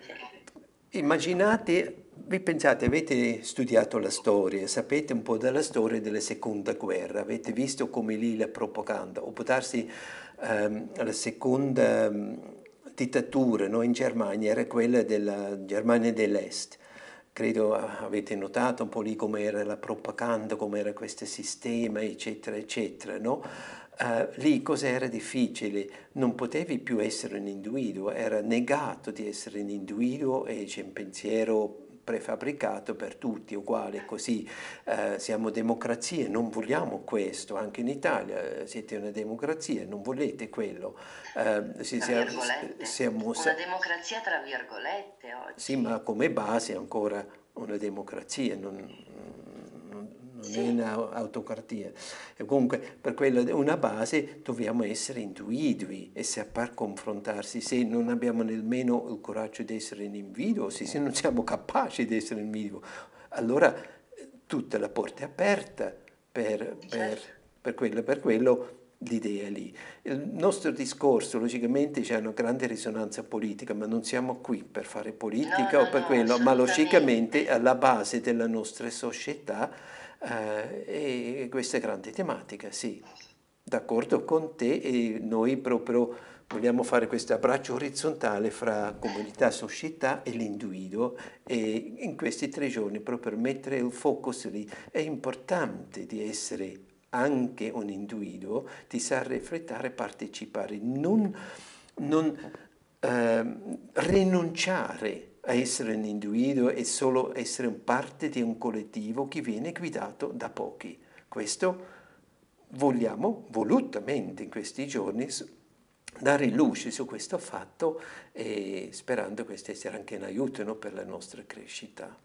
immaginate, vi pensate, avete studiato la storia, sapete un po' della storia della seconda guerra, avete visto come lì la propaganda, o può darsi la seconda dittatura, no, in Germania era quella della Germania dell'Est. Credo avete notato un po' lì com'era la propaganda, com'era questo sistema, eccetera, eccetera, no? Lì cos'era difficile? Non potevi più essere un individuo, era negato di essere un individuo e c'è un pensiero prefabbricato per tutti, uguale, così siamo democrazie, non vogliamo questo, anche in Italia siete una democrazia, non volete quello. Tra virgolette. Siamo, Una democrazia tra virgolette oggi. sì, ma come base è ancora una democrazia, non è un'autocrazia. E comunque per quella una base dobbiamo essere individui e saper confrontarsi. Se non abbiamo nemmeno il coraggio di essere un individuo, se non siamo capaci di essere un individuo, allora tutta la porta è aperta per quello l'idea lì. Il nostro discorso logicamente c'è una grande risonanza politica, ma non siamo qui per fare politica o per quello, ma logicamente alla base della nostra società è questa grande tematica, sì. D'accordo con te e noi proprio vogliamo fare questo abbraccio orizzontale fra comunità, società e l'individuo e in questi 3 giorni proprio per mettere il focus lì è importante di essere anche un individuo, di saper riflettere e partecipare, non rinunciare a essere un individuo e solo essere parte di un collettivo che viene guidato da pochi. Questo vogliamo volutamente in questi giorni dare luce su questo fatto e sperando questo essere anche un aiuto, no, per la nostra crescita.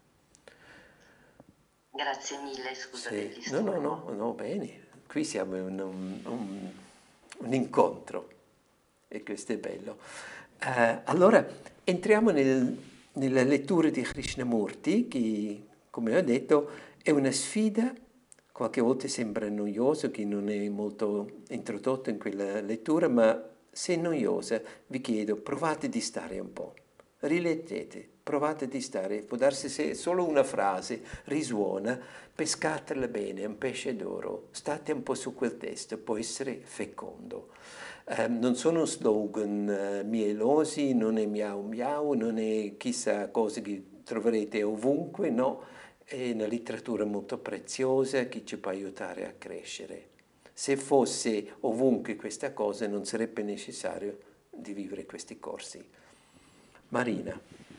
Grazie mille, scusa del Sì. disturbo. No, bene. Qui siamo in un incontro e questo è bello. Allora, entriamo nella lettura di Krishnamurti, che, come ho detto, è una sfida, qualche volta sembra noioso, che non è molto introdotto in quella lettura, ma se è noiosa, vi chiedo, provate di stare un po', rileggete, provate di stare, può darsi se solo una frase risuona, pescatela bene, è un pesce d'oro, state un po' su quel testo, può essere fecondo. Non sono slogan mielosi, non è miau miau, non è chissà cosa che troverete ovunque, no, è una letteratura molto preziosa che ci può aiutare a crescere. Se fosse ovunque questa cosa non sarebbe necessario di vivere questi corsi. Marina.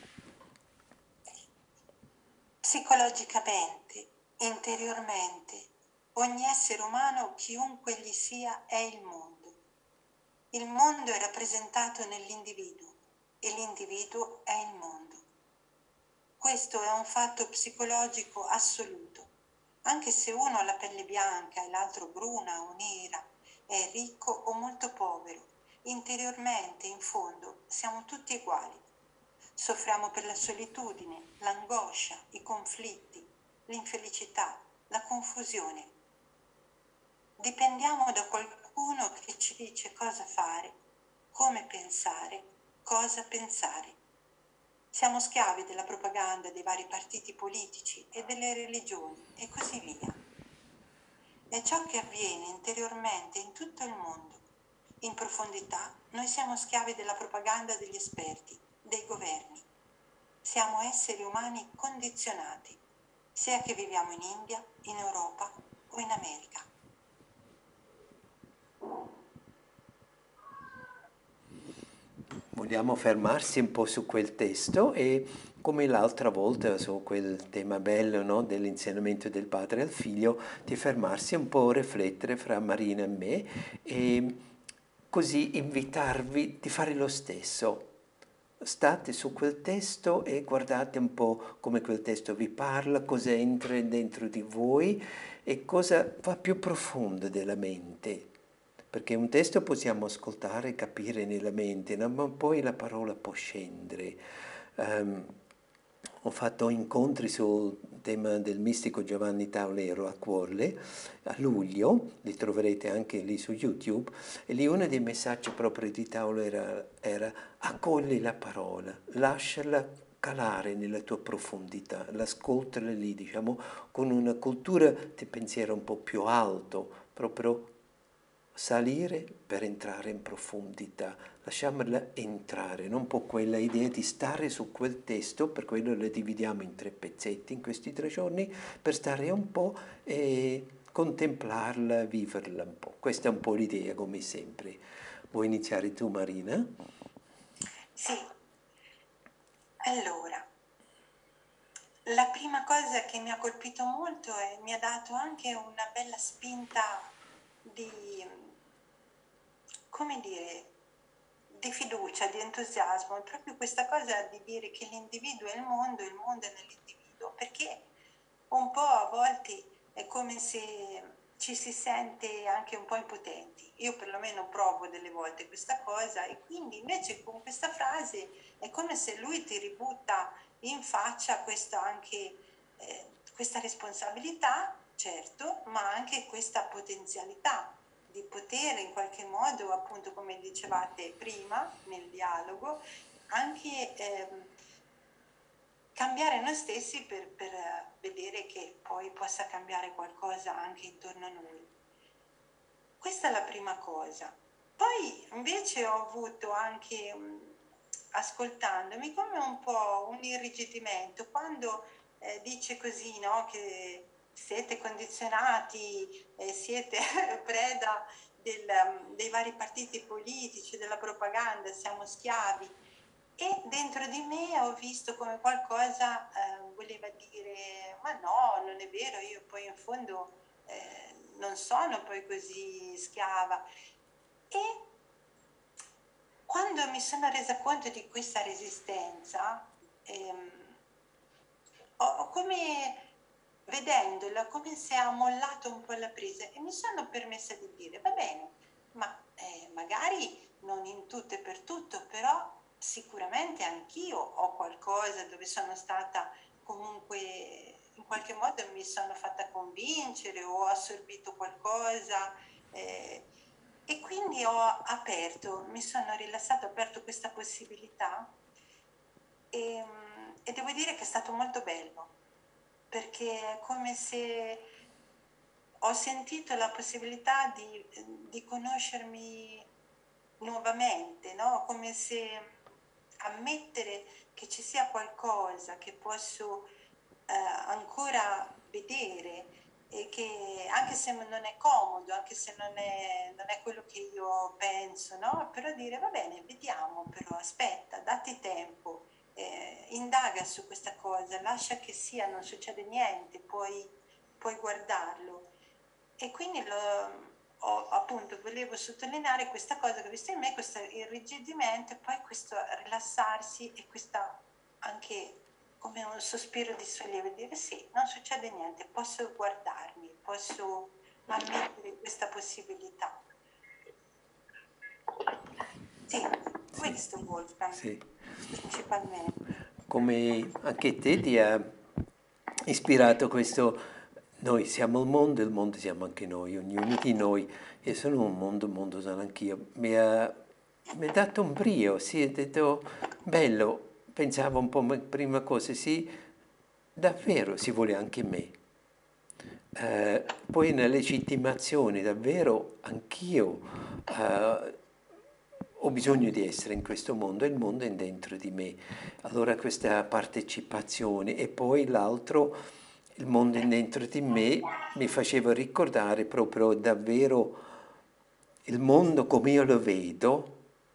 Psicologicamente, interiormente, ogni essere umano, chiunque gli sia, è il mondo. Il mondo è rappresentato nell'individuo e l'individuo è il mondo. Questo è un fatto psicologico assoluto. Anche se uno ha la pelle bianca e l'altro bruna o nera, è ricco o molto povero, interiormente, in fondo, siamo tutti uguali. Soffriamo per la solitudine, l'angoscia, i conflitti, l'infelicità, la confusione. Dipendiamo da qualcuno che ci dice cosa fare, come pensare, cosa pensare. Siamo schiavi della propaganda dei vari partiti politici e delle religioni e così via. È ciò che avviene interiormente in tutto il mondo. In profondità, noi siamo schiavi della propaganda degli esperti, dei governi. Siamo esseri umani condizionati, sia che viviamo in India, in Europa o in America. Vogliamo fermarsi un po' su quel testo e come l'altra volta su quel tema bello, no, dell'insegnamento del padre al figlio, di fermarsi un po' a riflettere fra Marina e me e così invitarvi di fare lo stesso. State su quel testo e guardate un po' come quel testo vi parla, cosa entra dentro di voi e cosa va più profondo della mente. Perché un testo possiamo ascoltare e capire nella mente, no? Ma poi la parola può scendere. Ho fatto incontri sul tema del mistico Giovanni Taulero a Cuorle a luglio, li troverete anche lì su YouTube, e lì uno dei messaggi proprio di Taulero era accogli la parola, lasciala calare nella tua profondità, l'ascoltala lì, diciamo, con una cultura di pensiero un po' più alto, proprio salire per entrare in profondità, lasciamola entrare, non può quella idea di stare su quel testo, per quello la dividiamo in 3 pezzetti in questi 3 giorni, per stare un po' e contemplarla, viverla un po'. Questa è un po' l'idea, come sempre. Vuoi iniziare tu, Marina? Sì, allora, la prima cosa che mi ha colpito molto e mi ha dato anche una bella spinta di, come dire, di fiducia, di entusiasmo, è proprio questa cosa di dire che l'individuo è il mondo è nell'individuo, perché un po' a volte è come se ci si sente anche un po' impotenti. Io perlomeno provo delle volte questa cosa e quindi invece con questa frase è come se lui ti ributta in faccia questa anche questa responsabilità, certo, ma anche questa potenzialità di poter in qualche modo, appunto come dicevate prima nel dialogo, anche cambiare noi stessi per vedere che poi possa cambiare qualcosa anche intorno a noi. Questa è la prima cosa. Poi invece ho avuto anche, ascoltandomi, come un po' un irrigidimento, quando dice così, no, che siete condizionati, siete preda dei vari partiti politici, della propaganda, siamo schiavi. E dentro di me ho visto come qualcosa voleva dire, ma no, non è vero, io poi in fondo non sono poi così schiava. E quando mi sono resa conto di questa resistenza, ho come vedendola come se ha mollato un po' la presa e mi sono permessa di dire, va bene, ma magari non in tutto e per tutto, però sicuramente anch'io ho qualcosa dove sono stata comunque, in qualche modo mi sono fatta convincere o ho assorbito qualcosa e quindi ho aperto, mi sono rilassata, ho aperto questa possibilità e devo dire che è stato molto bello, perché è come se ho sentito la possibilità di conoscermi nuovamente, no? Come se ammettere che ci sia qualcosa che posso ancora vedere e che anche se non è comodo, anche se non è quello che io penso, no? Però dire va bene, vediamo, però aspetta, datti tempo, indaga su questa cosa, lascia che sia, non succede niente, puoi guardarlo. E quindi appunto volevo sottolineare questa cosa che ho visto in me, questo irrigidimento e poi questo rilassarsi e questa anche come un sospiro di sollievo e dire sì, non succede niente, posso guardarmi, posso ammettere questa possibilità. Sì, questo Wolfgang, Sì. principalmente. Come anche te ti ha ispirato questo, noi siamo il mondo siamo anche noi, ognuno di noi, e sono un mondo sono anch'io. Mi ha dato un brio, sì, ho detto, bello, pensavo un po' prima cosa, sì, davvero si vuole anche me. Poi una legittimazione, davvero anch'io ho bisogno di essere in questo mondo e il mondo è dentro di me. Allora questa partecipazione e poi l'altro, il mondo è dentro di me, mi faceva ricordare proprio davvero il mondo come io lo vedo,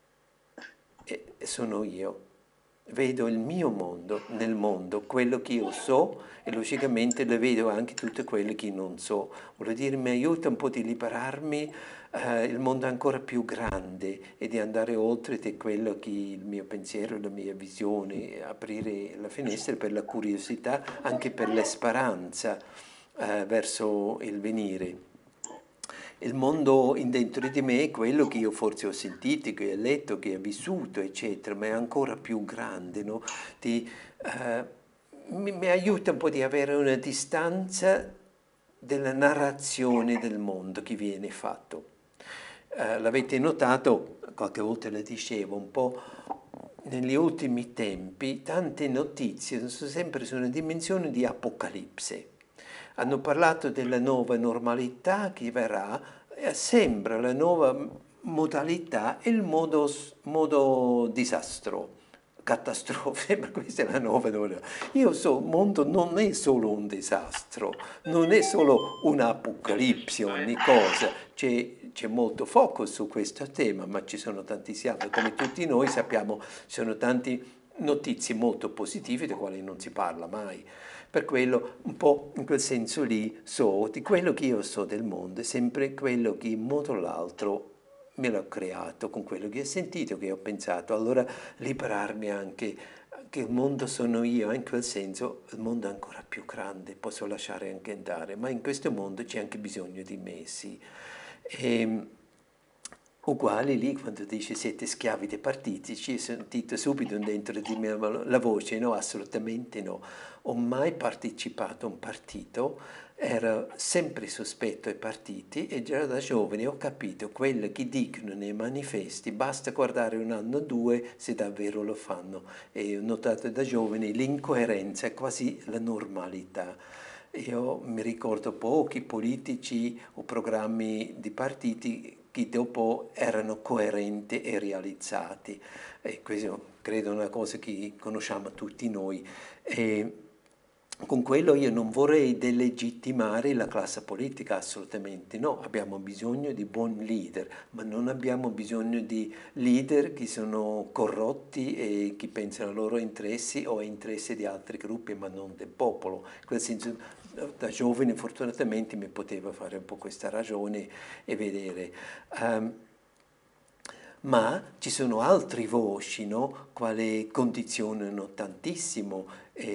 sono io. Vedo il mio mondo nel mondo, quello che io so e logicamente lo vedo anche tutto quello che non so. Vuol dire mi aiuta un po' di liberarmi, il mondo è ancora più grande e di andare oltre di quello che il mio pensiero, la mia visione, aprire la finestra per la curiosità, anche per la speranza verso il venire. Il mondo dentro di me è quello che io forse ho sentito, che ho letto, che ho vissuto, eccetera, ma è ancora più grande, no? Eh, mi aiuta un po' di avere una distanza della narrazione del mondo che viene fatto. L'avete notato, qualche volta lo dicevo, un po' negli ultimi tempi, tante notizie sono sempre su una dimensione di apocalisse. Hanno parlato della nuova normalità che verrà, e sembra la nuova modalità il modo disastro, catastrofe, ma questa è la nuova normalità. Io so, il mondo non è solo un disastro, non è solo un'apocalisse, ogni cosa, c'è molto focus su questo tema, ma ci sono tantissimi altri, come tutti noi sappiamo, ci sono tante notizie molto positive delle quali non si parla mai. Per quello, un po' in quel senso lì, so di quello che io so del mondo, è sempre quello che in modo o l'altro me l'ho creato, con quello che ho sentito, che ho pensato. Allora liberarmi anche che il mondo sono io, in quel senso il mondo è ancora più grande, posso lasciare anche andare, ma in questo mondo c'è anche bisogno di me, sì. E, uguale lì quando dice siete schiavi dei partiti, ci ho sentito subito dentro di me la voce, no, assolutamente no. Ho mai partecipato a un partito, ero sempre sospetto ai partiti e già da giovane ho capito quello che dicono nei manifesti, basta guardare un anno o due se davvero lo fanno. E ho notato da giovane l'incoerenza è quasi la normalità. Io mi ricordo pochi politici o programmi di partiti che dopo erano coerenti e realizzati. E questo credo è una cosa che conosciamo tutti noi. E con quello io non vorrei delegittimare la classe politica, assolutamente no, abbiamo bisogno di buoni leader, ma non abbiamo bisogno di leader che sono corrotti e che pensano ai loro interessi o ai interessi di altri gruppi, ma non del popolo. In quel senso, da giovane fortunatamente mi poteva fare un po' questa ragione e vedere. Ma ci sono altre voci, no? Quali condizionano tantissimo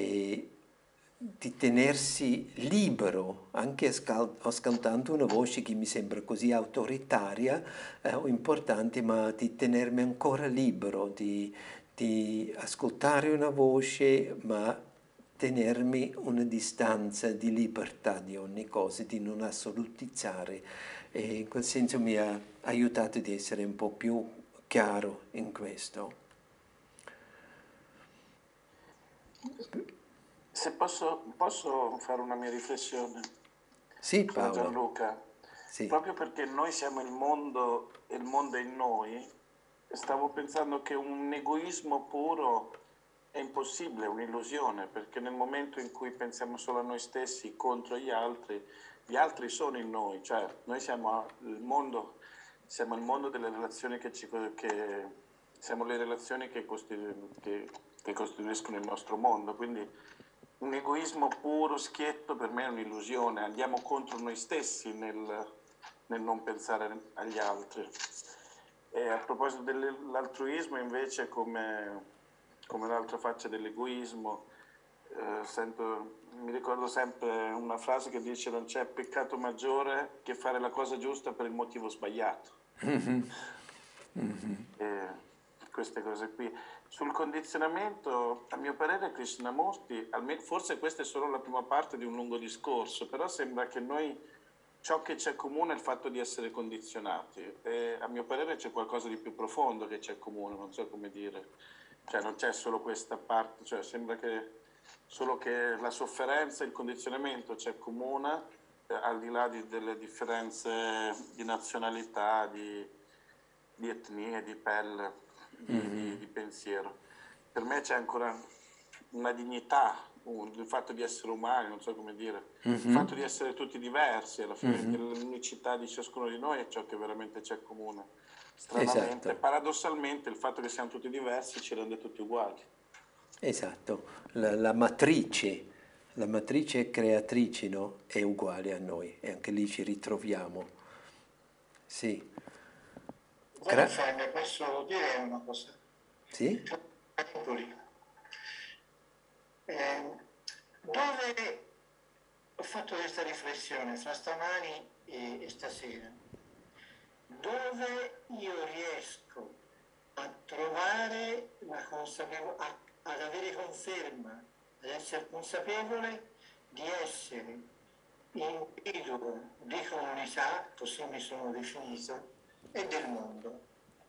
di tenersi libero, anche ascoltando una voce che mi sembra così autoritaria o importante, ma di tenermi ancora libero, di ascoltare una voce, ma tenermi una distanza di libertà di ogni cosa, di non assolutizzare. E in quel senso mi ha aiutato di essere un po' più chiaro in questo. Se posso fare una mia riflessione Sì, sulla Paolo. Gianluca? Sì. Proprio perché noi siamo il mondo e il mondo è in noi, stavo pensando che un egoismo puro è impossibile, è un'illusione, perché nel momento in cui pensiamo solo a noi stessi contro gli altri sono in noi, cioè noi siamo il mondo delle relazioni siamo le relazioni che costituiscono il nostro mondo, quindi un egoismo puro, schietto, per me è un'illusione, andiamo contro noi stessi nel non pensare agli altri. E a proposito dell'altruismo invece come l'altra faccia dell'egoismo, mi ricordo sempre una frase che dice: non c'è peccato maggiore che fare la cosa giusta per il motivo sbagliato. Queste cose qui. Sul condizionamento, a mio parere Krishnamurti, forse questa è solo la prima parte di un lungo discorso, però sembra che ciò che c'è comune è il fatto di essere condizionati, e a mio parere c'è qualcosa di più profondo che c'è comune, non so come dire, cioè non c'è solo questa parte, cioè sembra che solo che la sofferenza e il condizionamento c'è comune, al di là delle differenze di nazionalità, di etnie, di pelle, di pensiero. Per me c'è ancora una dignità, il fatto di essere umani, non so come dire, il fatto di essere tutti diversi, alla fine l'unicità di ciascuno di noi è ciò che veramente c'è comune. Stranamente, Esatto. paradossalmente, il fatto che siamo tutti diversi ci rende tutti uguali. Esatto, la matrice creatrice, no? È uguale a noi e anche lì ci ritroviamo. Sì. Gianfranco, posso dire una cosa? Sì? Dove ho fatto questa riflessione fra stamani e stasera, dove io riesco a trovare ad avere conferma, ad essere consapevole di essere individuo di comunità, così mi sono definito, e del mondo.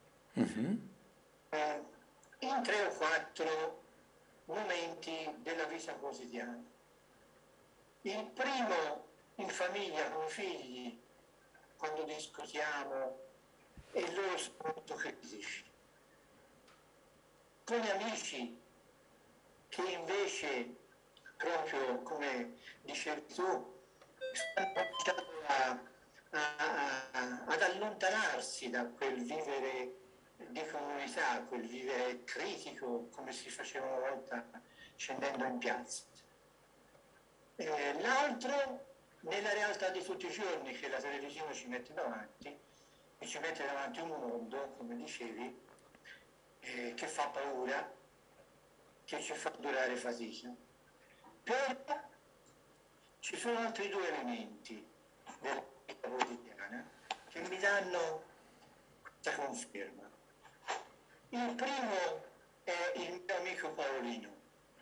In 3 o 4 momenti della vita quotidiana. Il primo in famiglia con i figli, quando discutiamo e loro sono molto critici. Con gli amici che invece, proprio come dicevi tu, stanno cominciando ad allontanarsi da quel vivere di comunità, quel vivere critico come si faceva una volta scendendo in piazza. L'altro, nella realtà di tutti i giorni che la televisione ci mette davanti, e ci mette davanti un mondo, come dicevi, che fa paura, che ci fa durare fatica. Però ci sono altri 2 elementi della vita quotidiana che mi danno questa conferma. Il primo è il mio amico Paolino.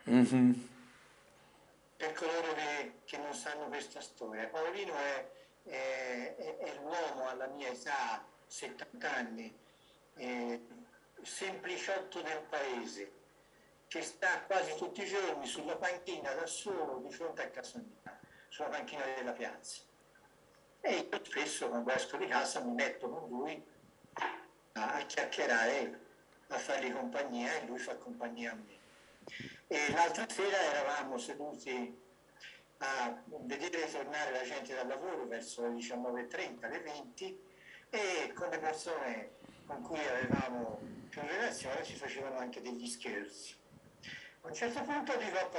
Per coloro che non sanno questa storia, Paolino è l'uomo alla mia età, 70 anni, sempliciotto del paese, che sta quasi tutti i giorni sulla panchina da solo di fronte a casa mia, sulla panchina della piazza. E io spesso quando esco di casa mi metto con lui a chiacchierare, a fargli compagnia, e lui fa compagnia a me. E l'altra sera eravamo seduti a vedere tornare la gente dal lavoro verso le 19:30, le 20, e con le persone con cui avevamo più relazione si facevano anche degli scherzi. A un certo punto dico a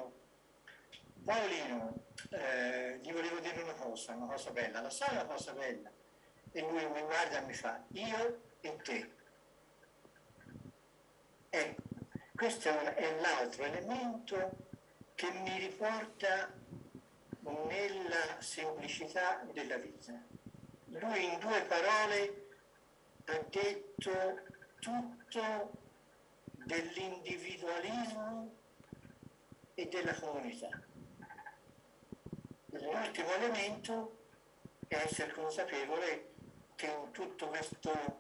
Paolino, gli volevo dire una cosa bella, la sai una cosa bella? E lui mi guarda e mi fa: io e te. Ecco, questo è l'altro elemento che mi riporta nella semplicità della vita. Lui in 2 parole ha detto tutto dell'individualismo e della comunità. L'ultimo elemento è essere consapevole che in tutto questo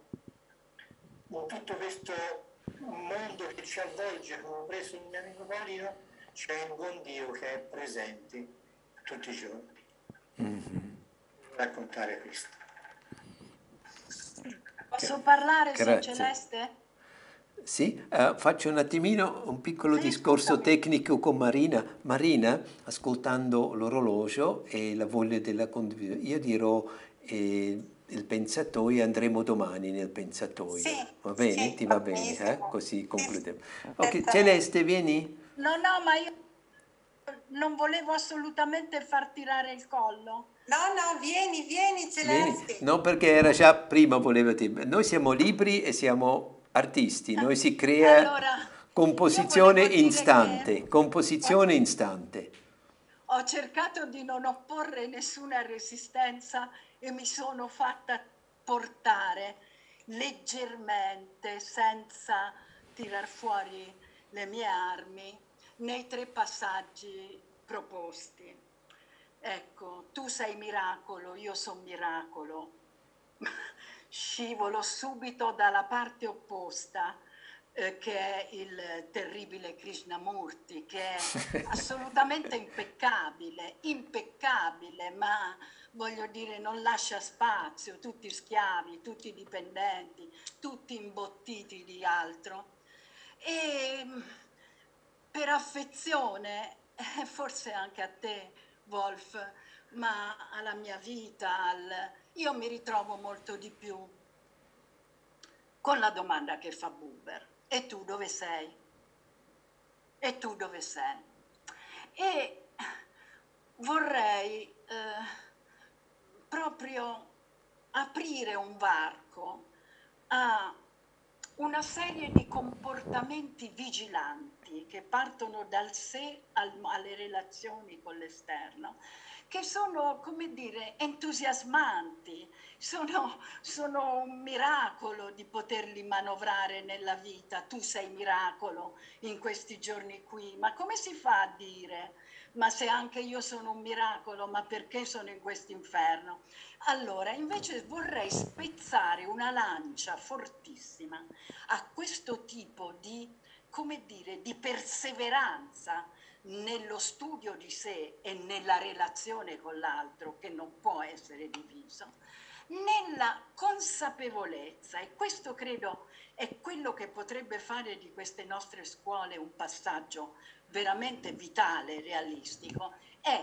mondo che ci avvolge, come ho preso il mio amico Paolino, c'è un buon Dio che è presente tutti i giorni. Raccontare questo. Posso parlare, Sor Grazie. Celeste? Sì, faccio un attimino un piccolo Sì, discorso scusami. tecnico con Marina. Marina, ascoltando l'orologio e la voglia della condivisione, io dirò il pensatoio, andremo domani nel pensatoio. Sì, Va bene? sì, Ti va va bene? benissimo. Così Sì, concludiamo. Ok, certamente. Celeste, vieni. No, ma io non volevo assolutamente far tirare il collo. No, vieni, Vieni. Celeste. No, perché era già prima, volevo dire. Noi siamo libri e siamo artisti, noi si crea Allora, io composizione volevo dire istante, composizione istante. ho cercato di non opporre nessuna resistenza e mi sono fatta portare leggermente, senza tirar fuori le mie armi, nei 3 passaggi proposti. Ecco, tu sei miracolo, io sono miracolo. Scivolo subito dalla parte opposta, che è il terribile Krishnamurti, che è assolutamente impeccabile, ma voglio dire non lascia spazio, tutti schiavi, tutti dipendenti, tutti imbottiti di altro. E per affezione, forse anche a te, Wolf, ma alla mia vita, io mi ritrovo molto di più con la domanda che fa Buber. E tu dove sei? E tu dove sei? E vorrei proprio aprire un varco a una serie di comportamenti vigilanti che partono dal sé alle relazioni con l'esterno, che sono, come dire, entusiasmanti, sono un miracolo di poterli manovrare nella vita. Tu sei miracolo in questi giorni qui, ma come si fa a dire? Ma se anche io sono un miracolo, ma perché sono in questo inferno? Allora, invece vorrei spezzare una lancia fortissima a questo tipo di, come dire, di perseveranza nello studio di sé e nella relazione con l'altro, che non può essere diviso, nella consapevolezza, e questo credo è quello che potrebbe fare di queste nostre scuole un passaggio veramente vitale, realistico, è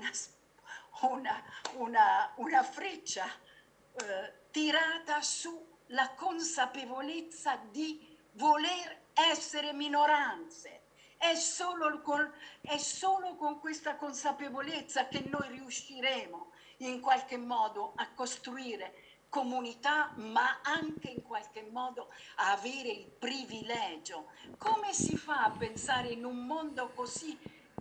una freccia tirata sulla consapevolezza di voler essere minoranze. È solo con questa consapevolezza che noi riusciremo in qualche modo a costruire comunità, ma anche in qualche modo a avere il privilegio. Come si fa a pensare in un mondo così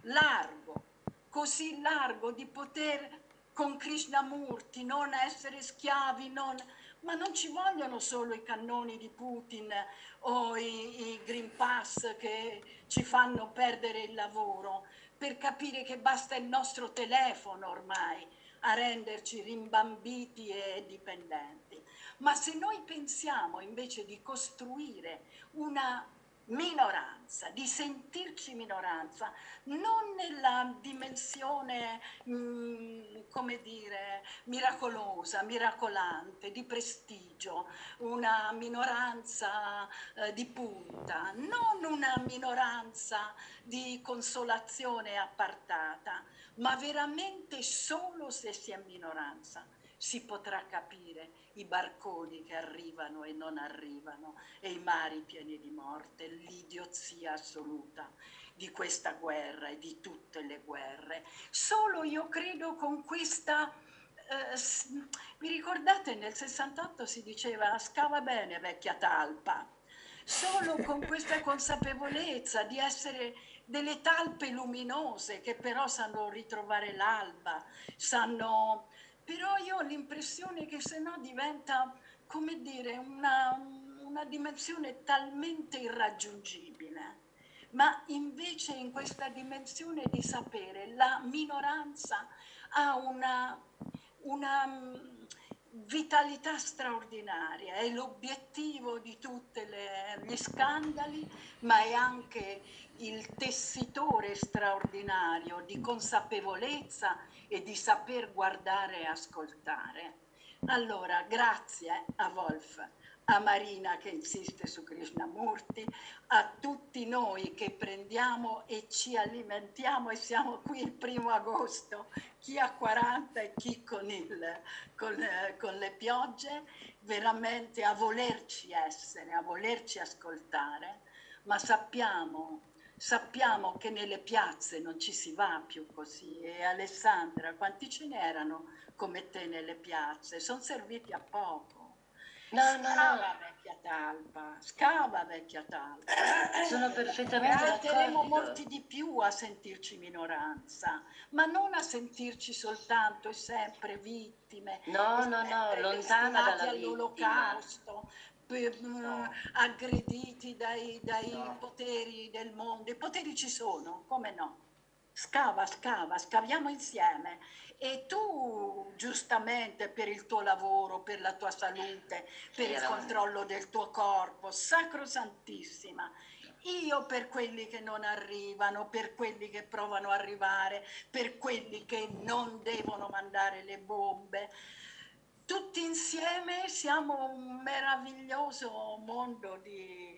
largo di poter con Krishnamurti non essere schiavi, ma non ci vogliono solo i cannoni di Putin o i Green Pass che ci fanno perdere il lavoro, per capire che basta il nostro telefono ormai a renderci rimbambiti e dipendenti. Ma se noi pensiamo invece di costruire una minoranza, di sentirci minoranza, non nella dimensione, come dire, miracolosa, miracolante, di prestigio, una minoranza di punta, non una minoranza di consolazione appartata, ma veramente solo se si è minoranza si potrà capire i barconi che arrivano e non arrivano e i mari pieni di morte, l'idiozia assoluta di questa guerra e di tutte le guerre. Solo io credo con questa... mi ricordate nel 68 si diceva scava bene vecchia talpa? Solo con questa consapevolezza di essere delle talpe luminose che però sanno ritrovare l'alba, sanno... Però io ho l'impressione che se no diventa, come dire, una dimensione talmente irraggiungibile. Ma invece in questa dimensione di sapere la minoranza ha vitalità straordinaria, è l'obiettivo di tutti gli scandali, ma è anche il tessitore straordinario di consapevolezza e di saper guardare e ascoltare. Allora, grazie a Wolf, a Marina che insiste su Krishnamurti, a tutti noi che prendiamo e ci alimentiamo e siamo qui il 1° agosto, chi a 40 e chi con le piogge, veramente a volerci essere, a volerci ascoltare, ma sappiamo che nelle piazze non ci si va più così. E Alessandra, quanti ce n'erano come te nelle piazze? Sono serviti a poco. Scava, vecchia talpa, scava, vecchia talpa. Sono perfettamente Saremo d'accordo. molti di più a sentirci minoranza, ma non a sentirci soltanto e sempre vittime, No, e no, no, sempre lontana destinati dalla all'olocausto, No. aggrediti dai No. poteri del mondo. I poteri ci sono, come no? Scava, scaviamo insieme. E tu, giustamente, per il tuo lavoro, per la tua salute, per il controllo del tuo corpo, sacrosantissima. Io per quelli che non arrivano, per quelli che provano a arrivare, per quelli che non devono mandare le bombe. Tutti insieme siamo un meraviglioso mondo di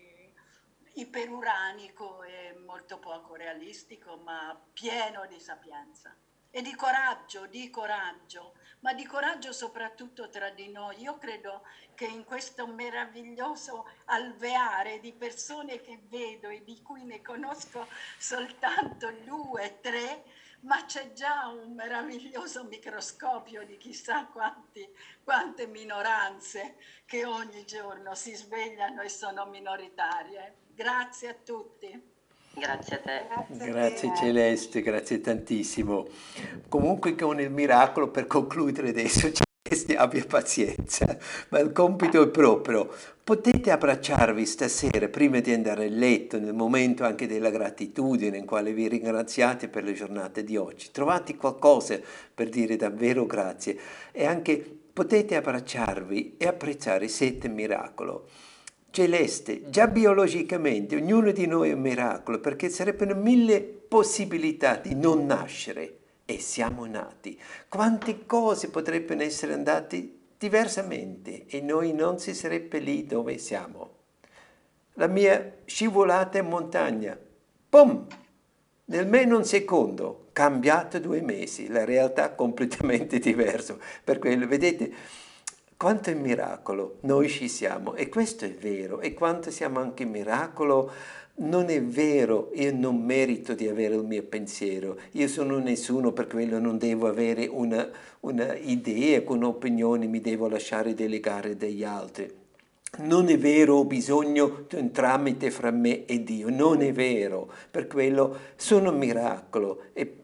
iperuranico e molto poco realistico, ma pieno di sapienza. E di coraggio, ma di coraggio soprattutto tra di noi. Io credo che in questo meraviglioso alveare di persone che vedo e di cui ne conosco soltanto 2, 3, ma c'è già un meraviglioso microscopio di chissà quante minoranze che ogni giorno si svegliano e sono minoritarie. Grazie a tutti. Grazie a te. Grazie Celeste, grazie tantissimo. Comunque con il miracolo, per concludere adesso, Celeste abbia pazienza, ma il compito è proprio. Potete abbracciarvi stasera prima di andare a letto, nel momento anche della gratitudine, in quale vi ringraziate per le giornate di oggi. Trovate qualcosa per dire davvero grazie e anche potete abbracciarvi e apprezzare 7 miracolo. Celeste, già biologicamente ognuno di noi è un miracolo perché sarebbero 1000 possibilità di non nascere e siamo nati. Quante cose potrebbero essere andate diversamente e noi non si sarebbe lì dove siamo. La mia scivolata in montagna, pum! Nel meno un secondo, cambiato 2 mesi, la realtà completamente diversa. Per quello, vedete, quanto è miracolo, noi ci siamo e questo è vero, e quanto siamo anche miracolo, non è vero, io non merito di avere il mio pensiero, io sono nessuno, per quello non devo avere una idea, un'opinione, mi devo lasciare delegare dagli altri. Non è vero, ho bisogno di un tramite fra me e Dio, non è vero, per quello sono un miracolo e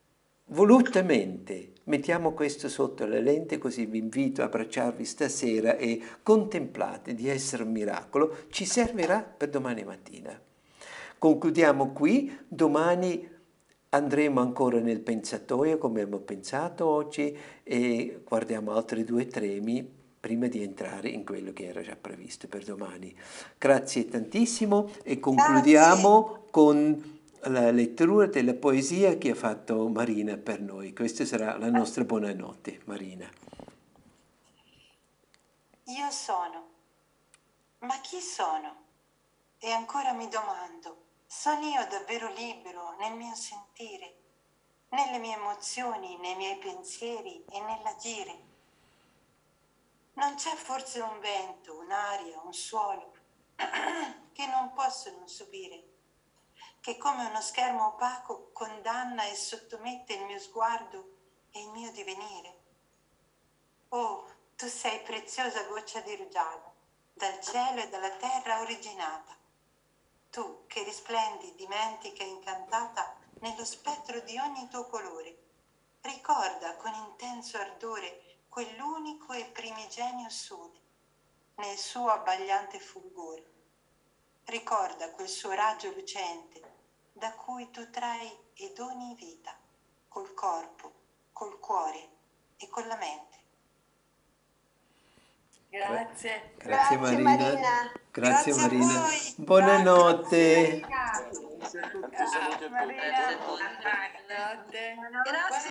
volutamente mettiamo questo sotto la lente, così vi invito a abbracciarvi stasera e contemplate di essere un miracolo, ci servirà per domani mattina. Concludiamo qui, domani andremo ancora nel pensatoio come abbiamo pensato oggi e guardiamo altri 2 temi prima di entrare in quello che era già previsto per domani. Grazie tantissimo e concludiamo con la lettura della poesia che ha fatto Marina per noi. Questa sarà la nostra buonanotte, Marina. Io sono. Ma chi sono? E ancora mi domando, sono io davvero libero nel mio sentire, nelle mie emozioni, nei miei pensieri e nell'agire? Non c'è forse un vento, un'aria, un suolo che non posso non subire, che come uno schermo opaco condanna e sottomette il mio sguardo e il mio divenire? Oh, tu sei preziosa goccia di rugiada, dal cielo e dalla terra originata. Tu che risplendi, dimentica e incantata nello spettro di ogni tuo colore, ricorda con intenso ardore quell'unico e primigenio sole, nel suo abbagliante fulgore. Ricorda quel suo raggio lucente, da cui tu trai e doni vita, col corpo, col cuore e con la mente. Grazie. Grazie Marina. Grazie Grazie a Marina. voi. Buonanotte. Grazie a tutti, saluti a tutti. Grazie a tutti. Grazie.